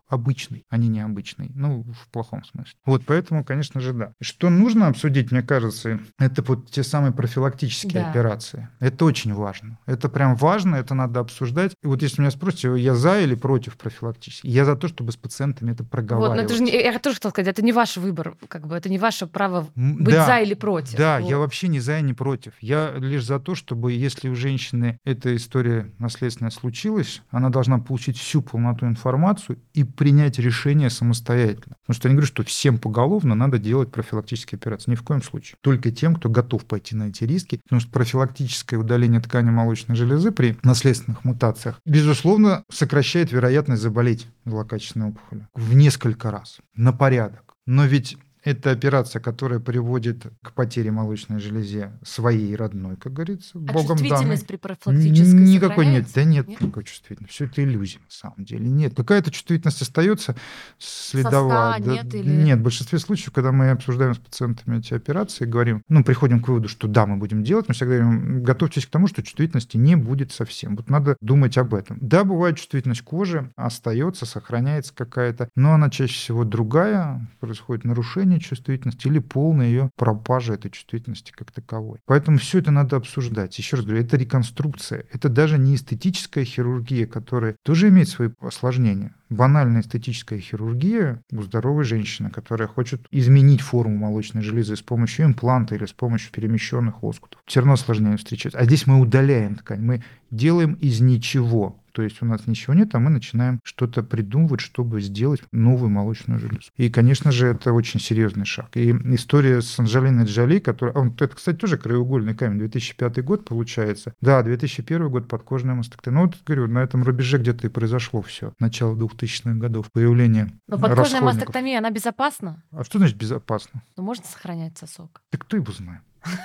обычный, а не необычный. Ну, в плохом смысле. Вот поэтому, конечно же, да. Что нужно обсудить, мне кажется, это вот те самые профилактические операции. Это очень важно. Это прям важно, это надо обсуждать. И вот если меня спросите, я за или против профилактических, я за то, чтобы с пациентами это проговаривать. Вот, но это же я тоже хотела сказать, это не ваш выбор, как бы это не ваше право быть за или против. Да, вот. Я вообще не за и не против. Я лишь за то, чтобы если у женщины эта история наследственная случилась, она должна получить всю полноту информацию и принять решение самостоятельно. Потому что я не говорю, что всем поголовно надо делать профилактические операции. Ни в коем случае. Только тем, кто готов пойти на эти риски. Потому что профилактическое удаление ткани молочной железы при наследственных мутациях, безусловно, сокращает вероятность заболеть злокачественной опухолью в несколько раз, на порядок. Но ведь это операция, которая приводит к потере молочной железы своей родной, как говорится, богом данной. Чувствительность при профилактической никакой нет. сохраняется? Да нет никакой чувствительности. Все это иллюзия, на самом деле. Нет. Какая-то чувствительность остается следовая. Соска нет или... Нет, в большинстве случаев, когда мы обсуждаем с пациентами эти операции, говорим, приходим к выводу, что да, мы будем делать, мы всегда говорим, готовьтесь к тому, что чувствительности не будет совсем. Вот надо думать об этом. Да, бывает чувствительность кожи, остается, сохраняется какая-то, но она чаще всего другая, происходит нарушение чувствительности или полная ее пропажа этой чувствительности как таковой. Поэтому все это надо обсуждать. Еще раз говорю, это реконструкция. Это даже не эстетическая хирургия, которая тоже имеет свои осложнения. Банальная эстетическая хирургия у здоровой женщины, которая хочет изменить форму молочной железы с помощью импланта или с помощью перемещенных лоскутов. Все равно осложнение встречается. А здесь мы удаляем ткань, мы делаем из ничего. То есть у нас ничего нет, а мы начинаем что-то придумывать, чтобы сделать новую молочную железу. И, конечно же, это очень серьезный шаг. И история с Анджелиной Джоли, которая... Это, кстати, тоже краеугольный камень. 2005 год, получается. Да, 2001 год, подкожная мастектомия. Вот, говорю, на этом рубеже где-то и произошло все. Начало 2000-х годов. Появление Но подкожная мастектомия, она безопасна? А что значит безопасно? Можно сохранять сосок? Да кто его знает?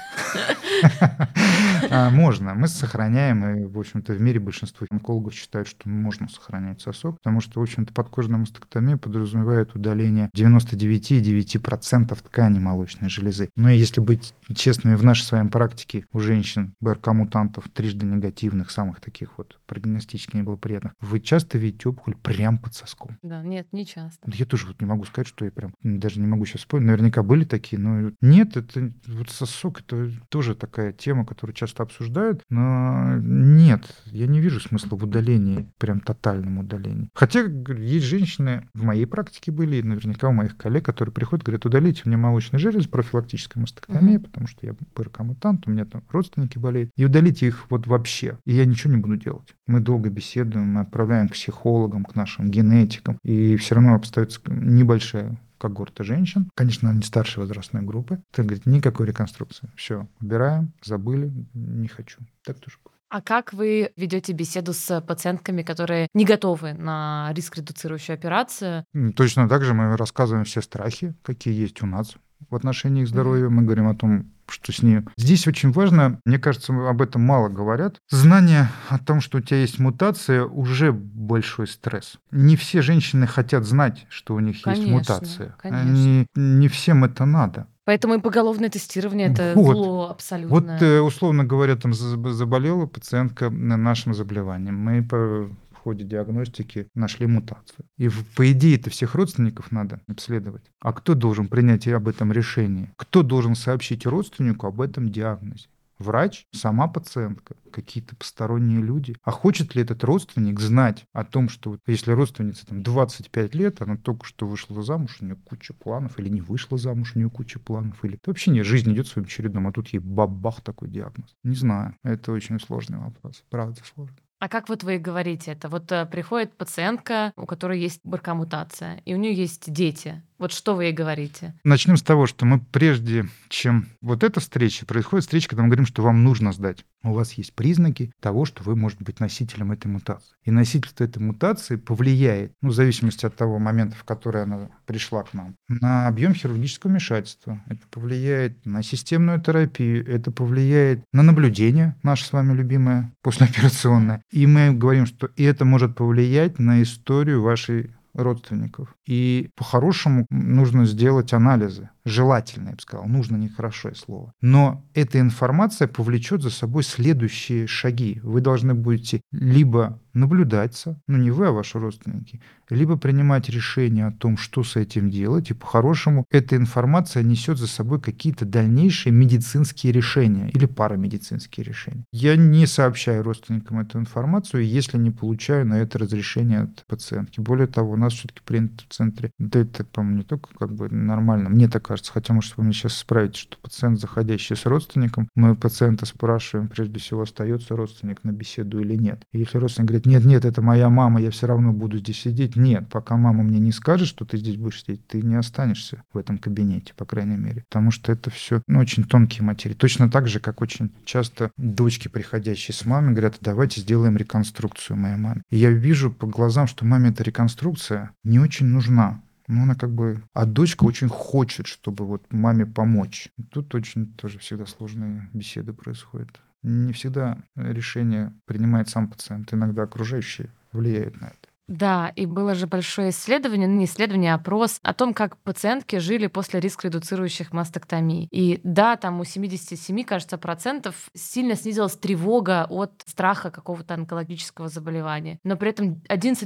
Можно. Мы сохраняем, и, в общем-то, в мире большинство онкологов считают, что можно сохранять сосок, потому что, в общем-то, подкожная мастектомия подразумевает удаление 99,9% ткани молочной железы. Но если быть честными, в нашей с вами практике у женщин БРК-мутантов трижды негативных, самых таких вот прогностически неблагоприятных, вы часто видите опухоль прямо под соском? Да, нет, не часто. Я тоже вот не могу сказать, что я прям даже не могу сейчас вспомнить. Наверняка были такие, но нет, это вот сосок, это тоже такая тема, которую часто обсуждают, но нет, я не вижу смысла в удалении, прям тотальном удалении. Хотя есть женщины, в моей практике были, и наверняка у моих коллег, которые приходят, говорят, удалите мне молочную железу, профилактическая мастектомия, потому что я ПРК-мутант, у меня там родственники болеют, и удалите их вот вообще, и я ничего не буду делать. Мы долго беседуем, мы отправляем к психологам, к нашим генетикам, и все равно остается небольшая когорта женщин, конечно, не старшей возрастной группы. Так говорит, никакой реконструкции. Все, убираем, забыли, не хочу. Так тоже было. А как вы ведете беседу с пациентками, которые не готовы на риск-редуцирующую операцию? Точно так же мы рассказываем все страхи, какие есть у нас в отношении к здоровью. Мы говорим о том, что с ней. Здесь очень важно, мне кажется, об этом мало говорят. Знание о том, что у тебя есть мутация, уже большой стресс. Не все женщины хотят знать, что у них есть мутация. Не всем это надо. Поэтому и поголовное тестирование — это зло абсолютно. Вот, условно говоря, там заболела пациентка нашим заболеванием. Мы в ходе диагностики нашли мутацию. И, по идее, это всех родственников надо обследовать. А кто должен принять об этом решение? Кто должен сообщить родственнику об этом диагнозе? Врач, сама пациентка, какие-то посторонние люди. А хочет ли этот родственник знать о том, что вот, если родственнице там 25 лет, она только что вышла замуж, у нее куча планов, или не вышла замуж, у нее куча планов, или вообще нет, жизнь идет своим чередом, а тут ей бабах такой диагноз. Не знаю, это очень сложный вопрос, правда сложный. А как вот вы говорите это? Вот приходит пациентка, у которой есть БРКА-мутация, и у нее есть дети. Вот что вы ей говорите? Начнем с того, что мы прежде, чем вот эта встреча, происходит встреча, когда мы говорим, что вам нужно сдать. У вас есть признаки того, что вы можете быть носителем этой мутации. И носительство этой мутации повлияет, в зависимости от того момента, в который она пришла к нам, на объем хирургического вмешательства. Это повлияет на системную терапию, это повлияет на наблюдение, наше с вами любимое, послеоперационное. И мы говорим, что и это может повлиять на историю вашей родственников. И по-хорошему нужно сделать анализы. желательно, я бы сказал, нужно, нехорошее слово. Но эта информация повлечет за собой следующие шаги. Вы должны будете либо наблюдаться, не вы, а ваши родственники, либо принимать решение о том, что с этим делать, и по-хорошему эта информация несет за собой какие-то дальнейшие медицинские решения или парамедицинские решения. Я не сообщаю родственникам эту информацию, если не получаю на это разрешение от пациентки. Более того, у нас все-таки принято в центре, да это, по-моему, не только нормально, мне так кажется, хотя, может, вы мне сейчас справите, что пациент, заходящий с родственником, мы пациента спрашиваем, прежде всего, остается родственник на беседу или нет. И если родственник говорит, нет, это моя мама, я все равно буду здесь сидеть. Нет, пока мама мне не скажет, что ты здесь будешь сидеть, ты не останешься в этом кабинете, по крайней мере. Потому что это все очень тонкие материи. Точно так же, как очень часто дочки, приходящие с мамой, говорят, давайте сделаем реконструкцию моей маме. И я вижу по глазам, что маме эта реконструкция не очень нужна. Она а дочка очень хочет, чтобы маме помочь. Тут очень тоже всегда сложные беседы происходят. Не всегда решение принимает сам пациент, иногда окружающие влияют на это. Да, и было же большое исследование, не исследование, а опрос о том, как пациентки жили после риск-редуцирующих мастектомий. И да, там у 77, кажется, процентов сильно снизилась тревога от страха какого-то онкологического заболевания. Но при этом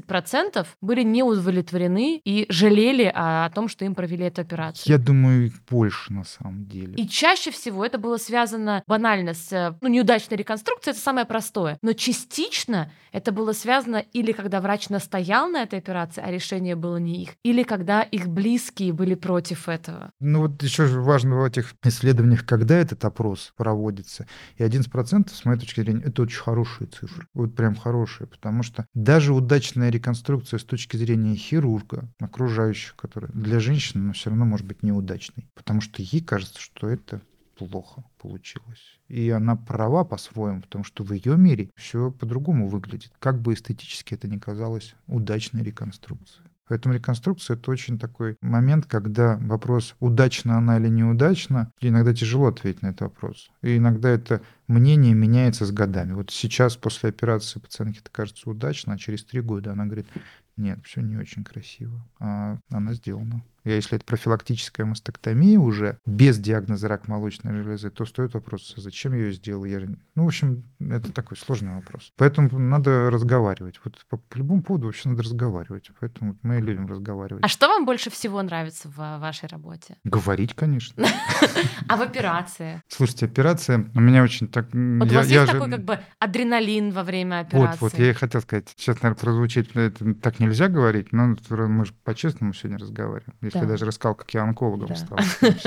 11% были не удовлетворены и жалели о том, что им провели эту операцию. Я думаю, их больше на самом деле. И чаще всего это было связано банально с неудачной реконструкцией, это самое простое. Но частично это было связано или когда врач настоял на этой операции, а решение было не их, или когда их близкие были против этого. Еще важно в этих исследованиях, когда этот опрос проводится. И 11%, с моей точки зрения, это очень хорошие цифры. Прям хорошие, потому что даже удачная реконструкция с точки зрения хирурга, окружающих, которые для женщины, все равно может быть неудачной. Потому что ей кажется, что это плохо получилось. И она права по-своему, потому что в ее мире все по-другому выглядит. Как бы эстетически это ни казалось удачной реконструкцией. Поэтому реконструкция — это очень такой момент, когда вопрос, удачна она или неудачна, иногда тяжело ответить на этот вопрос. И иногда это мнение меняется с годами. Сейчас после операции пациентке это кажется удачно, а через 3 года она говорит, нет, все не очень красиво, а она сделана. Если это профилактическая мастектомия уже, без диагноза рак молочной железы, то стоит вопрос, зачем я ее сделал? В общем, это такой сложный вопрос. Поэтому надо разговаривать. По любому поводу вообще надо разговаривать. Поэтому мы любим разговаривать. А что вам больше всего нравится в вашей работе? Говорить, конечно. А в операции? Слушайте, операция у меня очень так... У вас есть такой адреналин во время операции? Я и хотел сказать. Сейчас, наверное, прозвучит, это так нельзя говорить, но мы же по-честному сегодня разговариваем. Я даже рассказал, как я онкологом стал.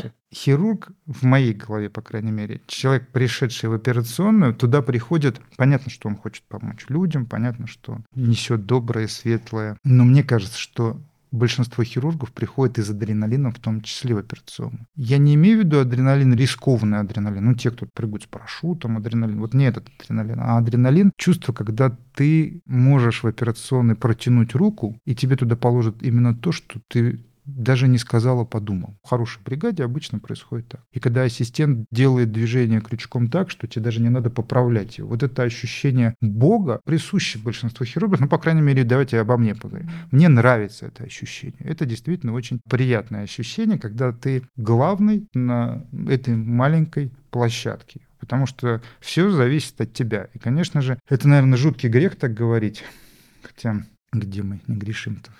Хирург, в моей голове, по крайней мере, человек, пришедший в операционную, туда приходит, понятно, что он хочет помочь людям, понятно, что он несет доброе, светлое. Но мне кажется, что большинство хирургов приходит из адреналина, в том числе в операционную. Я не имею в виду адреналин, рискованный адреналин. Те, кто прыгают с парашютом, адреналин. Не этот адреналин, а адреналин — чувство, когда ты можешь в операционной протянуть руку, и тебе туда положат именно то, что ты даже не сказал, а подумал. В хорошей бригаде обычно происходит так. И когда ассистент делает движение крючком так, что тебе даже не надо поправлять его. Это ощущение Бога присуще большинству хирургов. По крайней мере, давайте обо мне поговорим. Мне нравится это ощущение. Это действительно очень приятное ощущение, когда ты главный на этой маленькой площадке. Потому что все зависит от тебя. И, конечно же, это, наверное, жуткий грех так говорить. Хотя, где мы не грешим-то?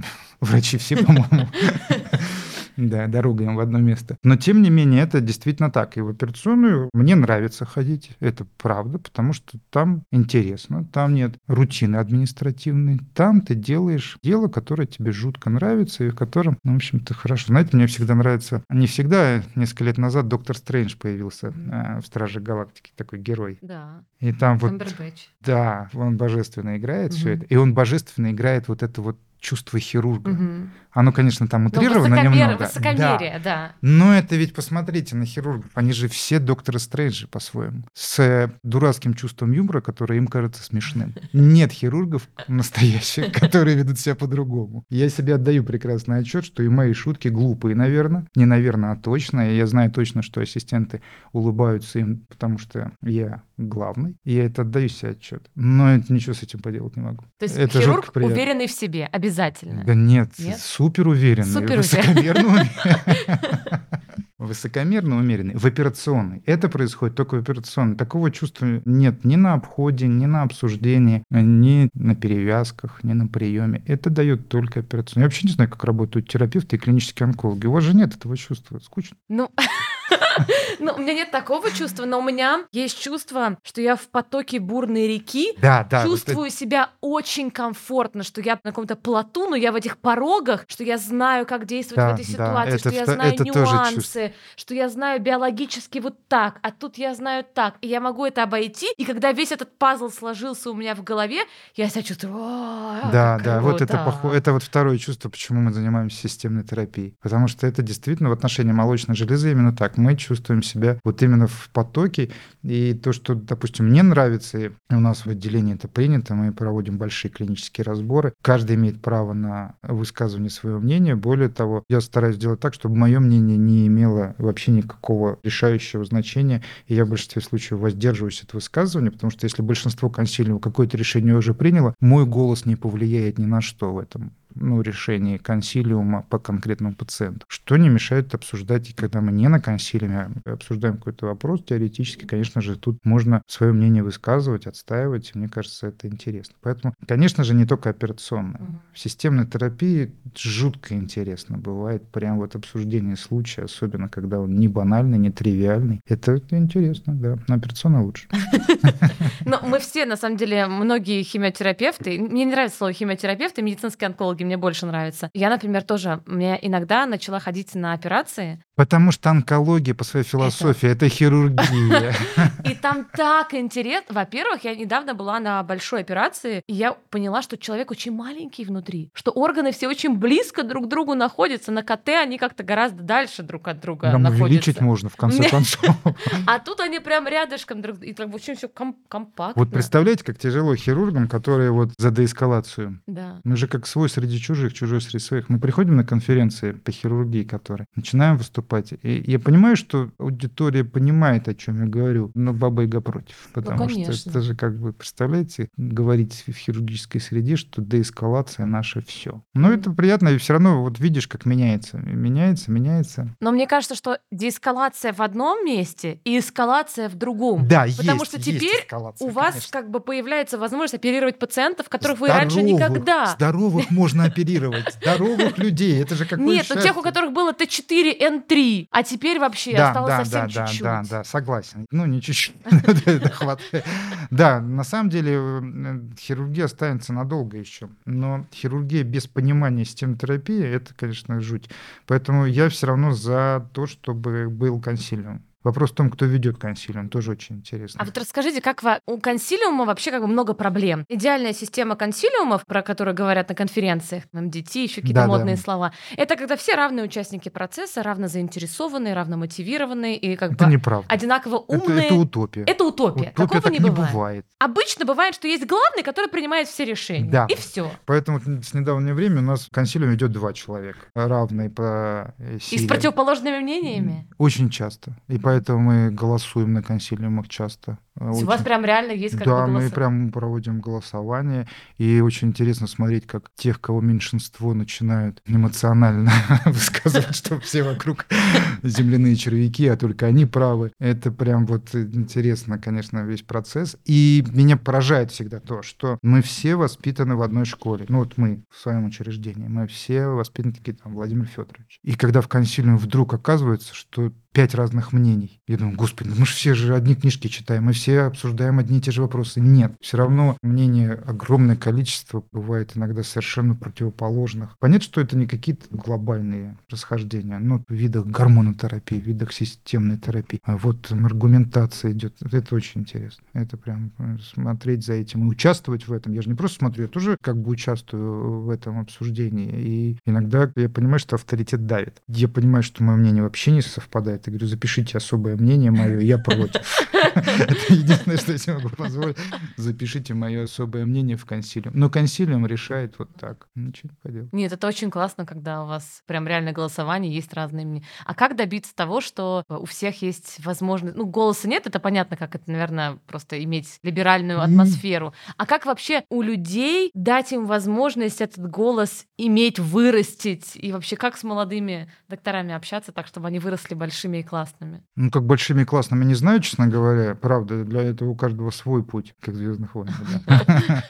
Врачи все, по-моему. Да, дорога им в одно место. Но, тем не менее, это действительно так. И в операционную мне нравится ходить. Это правда, потому что там интересно, там нет рутины административной. Там ты делаешь дело, которое тебе жутко нравится, и в котором, в общем-то, хорошо. Знаете, мне всегда нравится... Не всегда, несколько лет назад Доктор Стрэндж появился в «Страже Галактики», такой герой. Да. И там Камбербэтч. Да, он божественно играет все это. И он божественно играет это чувство хирурга. Оно, конечно, там утрировано немного. Высокомерие, да. Но это ведь, посмотрите на хирургов. Они же все Докторы Стрэнджи по-своему. С дурацким чувством юмора, которое им кажется смешным. Нет хирургов настоящих, которые ведут себя по-другому. Я себе отдаю прекрасный отчет, что и мои шутки глупые, наверное. Не наверное, а точно. И я знаю точно, что ассистенты улыбаются им, потому что я главный. И я это отдаю себе отчет. Но ничего с этим поделать не могу. То есть это хирург уверенный в себе, обязательно? Да нет? Супер уверенный. Высокомерно уверенный. высокомерно умеренный в операционной. Это происходит только в операционной. Такого чувства нет ни на обходе, ни на обсуждении, ни на перевязках, ни на приеме. Это дает только операционная. Я вообще не знаю, как работают терапевты и клинические онкологи. У вас же нет этого чувства. Скучно. Ну, у меня нет такого чувства, но у меня есть чувство, что я в потоке бурной реки Да, чувствую себя очень комфортно, что я на каком-то плоту, но я в этих порогах, что я знаю, как действовать в этой ситуации, что я знаю нюансы, что я знаю биологически вот так, а тут я знаю так, и я могу это обойти, и когда весь этот пазл сложился у меня в голове, я себя чувствую, да, вот это вот второе чувство, почему мы занимаемся системной терапией, потому что это действительно в отношении молочной железы именно так. Мы чувствуем себя вот именно в потоке, и то, что, допустим, мне нравится, и у нас в отделении это принято, мы проводим большие клинические разборы, каждый имеет право на высказывание своего мнения, более того, я стараюсь сделать так, чтобы мое мнение не имело вообще никакого решающего значения, и я в большинстве случаев воздерживаюсь от высказывания, потому что если большинство консилиума какое-то решение уже приняло, мой голос не повлияет ни на что в этом решении консилиума по конкретному пациенту. Что не мешает обсуждать, и когда мы не на консилиуме обсуждаем какой-то вопрос, теоретически, конечно же, тут можно свое мнение высказывать, отстаивать, и мне кажется, это интересно. Поэтому, конечно же, не только операционная. В системной терапии жутко интересно бывает прям вот обсуждение случая, особенно когда он не банальный, не тривиальный. Это интересно, да. Но операционная лучше. Но мы все, на самом деле, многие химиотерапевты, мне не нравится слово химиотерапевты, медицинские онкологи мне больше нравится. Я, например, тоже, мне иногда начала ходить на операции. Потому что онкология по своей философии это хирургия. И там так интересно. Во-первых, я недавно была на большой операции, и я поняла, что человек очень маленький внутри, что органы все очень близко друг к другу находятся. На КТ они как-то гораздо дальше друг от друга находятся. Увеличить можно, в конце концов. А тут они прям рядышком друг, и так очень все компактно. Вот представляете, как тяжело хирургам, которые вот за деэскалацию. Да. Мы же как свой среди чужих, чужой среди своих. Мы приходим на конференции по хирургии, которые начинаем выступать. И я понимаю, что аудитория понимает, о чем я говорю, но Баба-Яга против. Потому что это же, как бы, представляете, говорить в хирургической среде, что деэскалация наше все. Но это приятно, и все равно вот видишь, как меняется. Меняется. Но мне кажется, что деэскалация в одном месте и эскалация в другом. Да, потому что теперь у вас как бы появляется возможность оперировать пациентов, которых вы раньше никогда. Здоровых можно оперировать, здоровых людей. Это же какое Нет, тех, у которых было Т4, Н3, а теперь вообще осталось совсем чуть-чуть. Да, согласен. Ну, не чуть-чуть, хватает. Да, на самом деле хирургия останется надолго еще. Но хирургия без понимания системы-терапии — это, конечно, жуть. Поэтому я все равно за то, чтобы был консилиум. Вопрос в том, кто ведет консилиум, тоже очень интересно. А вот расскажите, как у консилиума вообще как бы много проблем. Идеальная система консилиумов, про которую говорят на конференциях, МДТ, еще какие-то модные слова, это когда все равные участники процесса, равно заинтересованные, равно мотивированные и как это бы неправда. Одинаково умные. Это утопия. Это утопия. Такого так не бывает. Обычно бывает, что есть главный, который принимает все решения. Да. И все. Поэтому с недавнего времени у нас в консилиуме идет 2 человека, равные по силе. И с противоположными мнениями? Очень часто. И поэтому мы голосуем на консилиумах часто. У вас прям реально есть как бы Да, мы прям проводим голосование, и очень интересно смотреть, как тех, кого меньшинство, начинают эмоционально высказывать, что все вокруг земляные червяки, а только они правы. Это прям вот интересно, конечно, весь процесс. И меня поражает всегда то, что мы все воспитаны в одной школе. Ну вот мы в своем учреждении, мы все воспитаны такие, там, Владимир Федорович. И когда в консилиуме вдруг оказывается, что 5 разных мнений. Я думаю, господи, мы же все же одни книжки читаем, мы все обсуждаем одни и те же вопросы. Нет, все равно мнений огромное количество, бывает иногда совершенно противоположных. Понятно, что это не какие-то глобальные расхождения, но в видах гормонотерапии, в видах системной терапии. А вот аргументация идет. Это очень интересно. Это прям смотреть за этим и участвовать в этом. Я же не просто смотрю, я тоже как бы участвую в этом обсуждении. И иногда я понимаю, что авторитет давит. Я понимаю, что мое мнение вообще не совпадает. Я говорю, запишите особое мнение мое, я против. Это единственное, что я себе могу позволить. Запишите мое особое мнение в консилиум. Но консилиум решает вот так. Ничего не поделать. Нет, это очень классно, когда у вас прям реально голосование, есть разные мнения. А как добиться того, что у всех есть возможность... Ну, голоса нет, это понятно, как это, наверное, просто иметь либеральную атмосферу. А как вообще у людей дать им возможность этот голос иметь, вырастить? И вообще, как с молодыми докторами общаться так, чтобы они выросли большими и классными? Ну, как большими и классными, не знаю, честно говоря. Правда, для этого у каждого свой путь, как в «Звездных войнах». Да.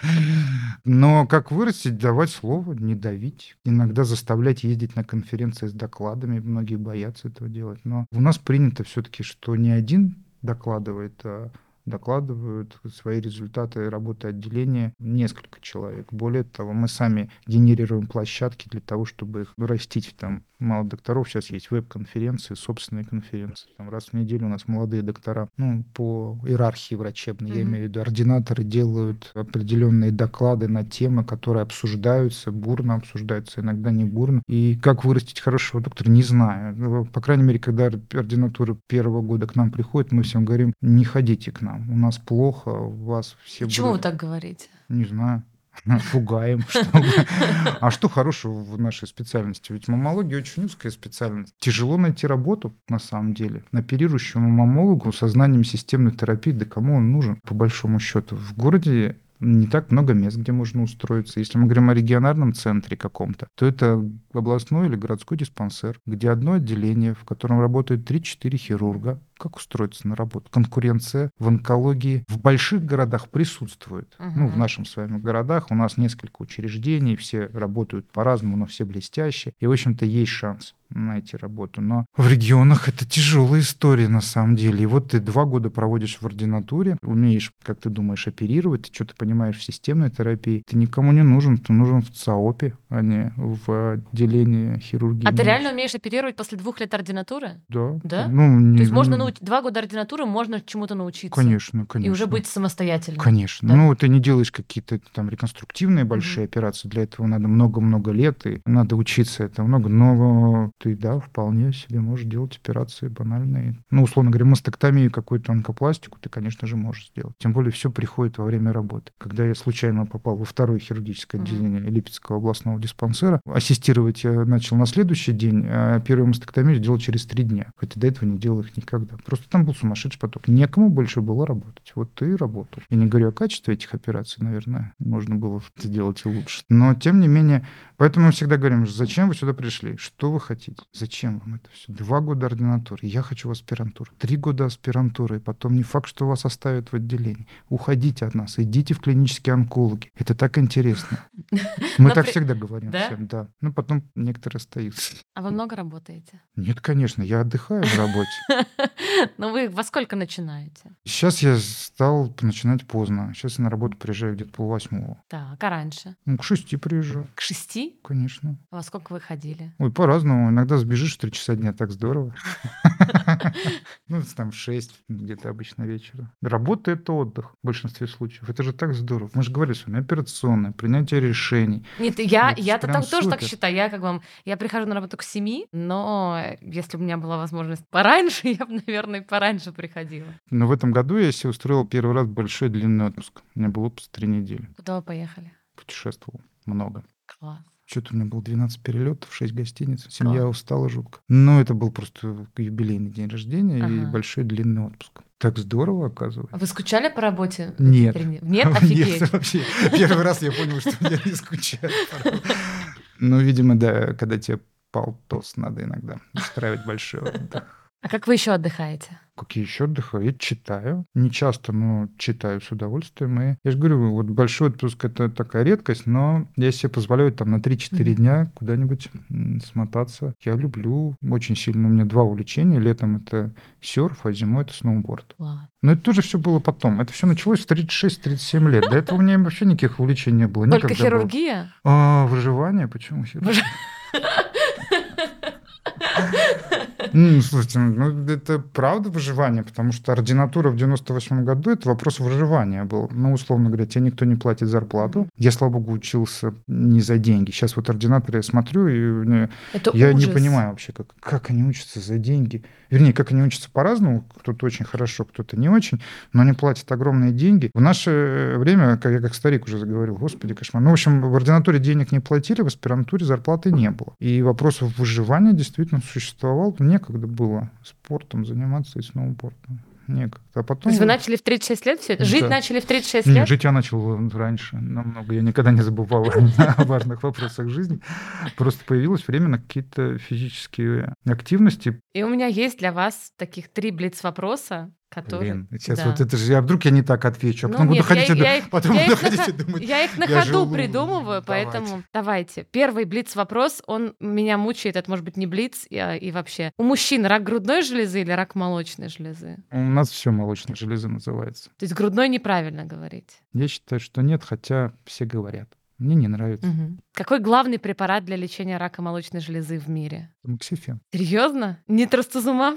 Но как вырастить, давать слово, не давить. Иногда заставлять ездить на конференции с докладами. Многие боятся этого делать. Но у нас принято все-таки, что не один докладывает, а докладывают свои результаты работы отделения несколько человек. Более того, мы сами генерируем площадки для того, чтобы их растить. Там мало докторов, сейчас есть веб-конференции, собственные конференции. Там раз в неделю у нас молодые доктора, по иерархии врачебной, я имею в виду, ординаторы делают определенные доклады на темы, которые обсуждаются, бурно обсуждаются, иногда не бурно. И как вырастить хорошего доктора, не знаю. По крайней мере, когда ординатура первого года к нам приходит, мы всем говорим, не ходите к нам, у нас плохо, у вас все... Почему вы так говорите? Не знаю. Пугаем, что ли. А что хорошего в нашей специальности? Ведь маммология очень узкая специальность. Тяжело найти работу, на самом деле. Оперирующему маммологу со знанием системной терапии, да кому он нужен, по большому счету. В городе не так много мест, где можно устроиться. Если мы говорим о региональном центре каком-то, то это областной или городской диспансер, где одно отделение, в котором работают 3-4 хирурга. Как устроиться на работу? Конкуренция в онкологии в больших городах присутствует. В наших с вами городах у нас несколько учреждений, все работают по-разному, но все блестящие. И, в общем-то, есть шанс найти работу. Но в регионах это тяжелая история на самом деле. И вот ты 2 года проводишь в ординатуре, умеешь, как ты думаешь, оперировать, ты что-то понимаешь в системной терапии. Ты никому не нужен, ты нужен в ЦАОПе, а не в отделении хирургии. А ты реально умеешь оперировать после 2 лет ординатуры? Да. Да? То есть можно 2 года ординатуры, можно чему-то научиться. Конечно. И уже быть самостоятельным. Конечно. Да? Ты не делаешь какие-то там реконструктивные большие операции. Для этого надо много-много лет, и надо учиться это много. Но ты, вполне себе можешь делать операции банальные. Условно говоря, мастектомию, какую-то онкопластику ты, конечно же, можешь сделать. Тем более все приходит во время работы. Когда я случайно попал во 2-е хирургическое отделение Липецкого областного диспансера, ассистировать я начал на следующий день, а первую мастектомию сделал через 3 дня. Хотя до этого не делал их никогда. Просто там был сумасшедший поток. Некому больше было работать. Вот ты и работал. Я не говорю о качестве этих операций, наверное. Можно было сделать и лучше. Но, тем не менее, поэтому мы всегда говорим, зачем вы сюда пришли? Что вы хотите? Зачем вам это все? 2 года ординатуры. Я хочу в аспирантуру. 3 года аспирантуры. И потом не факт, что вас оставят в отделении. Уходите от нас. Идите в клинические онкологи. Это так интересно. Мы так всегда говорим всем. Да. Потом некоторые остаются. А вы много работаете? Нет, конечно. Я отдыхаю в работе. Вы во сколько начинаете? Сейчас я стал начинать поздно. Сейчас я на работу приезжаю где-то 7:30. Так, а раньше? К 6 приезжаю. К 6? Конечно. А во сколько вы ходили? Ой, по-разному. Иногда сбежишь в 3 часа дня, так здорово. Там в 6 где-то обычно вечера. Работа — это отдых в большинстве случаев. Это же так здорово. Мы же говорили с вами, операционное, принятие решений. Нет, я-то тоже так считаю. Я прихожу на работу к 7, но если бы у меня была возможность пораньше, я бы, наверное, пораньше приходила. Но в этом году я себе устроил первый раз большой длинный отпуск. У меня был отпуск 3 недели. Куда вы поехали? Путешествовал много. Класс. Что-то у меня было 12 перелетов, 6 гостиниц. Семья устала жутко. Но это был просто юбилейный день рождения и большой длинный отпуск. Так здорово, оказывается. А вы скучали по работе? Нет. Нет? Офигеть. Нет, вообще. Первый раз я понял, что я не скучаю. Видимо, да, когда тебе полтос, надо иногда устраивать большой отдых. А как вы еще отдыхаете? Как я еще отдыхаю? Я читаю. Не часто, но читаю с удовольствием. И я же говорю, вот большой отпуск — это такая редкость, но я себе позволяю там на 3-4 дня куда-нибудь смотаться. Я люблю очень сильно. У меня 2 увлечения. Летом это серф, а зимой это сноуборд. Но это тоже все было потом. Это все началось в 36-37 лет. До этого у меня вообще никаких увлечений не было. Только хирургия? Выживание? Почему хирургия? Слушайте, это правда выживание, потому что ординатура в 98 году — это вопрос выживания был. Условно говоря, тебе никто не платит зарплату. Я, слава богу, учился не за деньги. Сейчас вот ординаторы я смотрю, и я не понимаю вообще, как они учатся за деньги. Вернее, как они учатся по-разному. Кто-то очень хорошо, кто-то не очень, но они платят огромные деньги. В наше время, я как старик уже заговорил, господи, кошмар. В общем, в ординатуре денег не платили, в аспирантуре зарплаты не было. И вопрос выживания действительно существовал. Некогда было спортом заниматься и сноубордом. Некогда. А потом... То есть вы начали в 36 лет все это? Жить начали в 36 лет? Нет, жить я начал раньше намного. Я никогда не забывал о важных вопросах жизни. Просто появилось время на какие-то физические активности. И у меня есть для вас таких 3 блиц-вопроса, которые... Сейчас вот это же... вдруг я не так отвечу, а потом буду ходить и думать... Я их на ходу придумываю, поэтому давайте. Первый блиц-вопрос, он меня мучает, это может быть не блиц, и вообще. У мужчин рак грудной железы или рак молочной железы? У нас все молочной железы называется. То есть грудной неправильно говорить? Я считаю, что нет, хотя все говорят. Мне не нравится. Какой главный препарат для лечения рака молочной железы в мире? Тамоксифен. Серьезно? Не трастузумаб?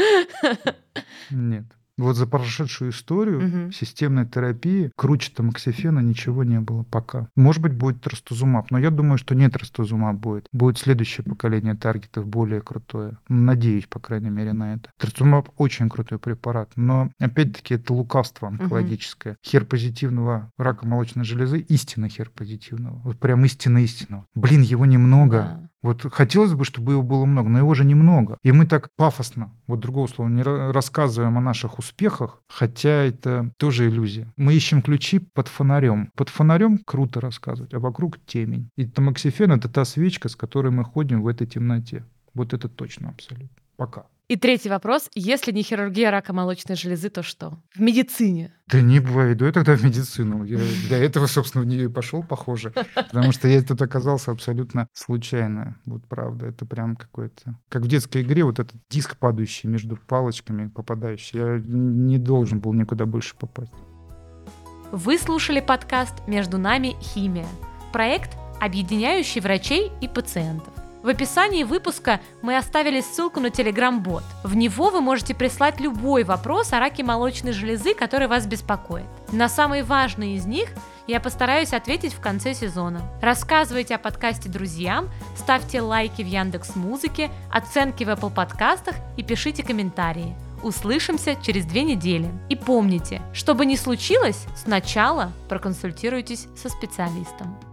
Нет. Вот за прошедшую историю системной терапии круче тамоксифена ничего не было пока. Может быть, будет трастузумаб, но я думаю, что не трастузумаб будет. Будет следующее поколение таргетов более крутое. Надеюсь, по крайней мере, на это. Трастузумаб очень крутой препарат, но, опять-таки, это лукавство онкологическое. Хер-позитивного рака молочной железы, истинно хер-позитивного. Вот прям истинно-истинного. Блин, его немного. Да. Вот хотелось бы, чтобы его было много, но его же немного. И мы так пафосно, вот другого слова, не рассказываем о наших успехах, хотя это тоже иллюзия. Мы ищем ключи под фонарем. Под фонарем круто рассказывать, а вокруг темень. И тамоксифен — это та свечка, с которой мы ходим в этой темноте. Вот это точно абсолютно. Пока. И третий вопрос. Если не хирургия рака молочной железы, то что? В медицине? Да не бывает. Иду я тогда в медицину. Я для этого, собственно, в нее и пошел, похоже. Потому что я тут оказался абсолютно случайно. Вот правда. Это прям какой-то... Как в детской игре, вот этот диск, падающий между палочками, попадающий. Я не должен был никуда больше попасть. Вы слушали подкаст «Между нами химия». Проект, объединяющий врачей и пациентов. В описании выпуска мы оставили ссылку на Telegram-бот. В него вы можете прислать любой вопрос о раке молочной железы, который вас беспокоит. На самые важные из них я постараюсь ответить в конце сезона. Рассказывайте о подкасте друзьям, ставьте лайки в Яндекс.Музыке, оценки в Apple подкастах и пишите комментарии. Услышимся через 2 недели. И помните, что бы ни случилось, сначала проконсультируйтесь со специалистом.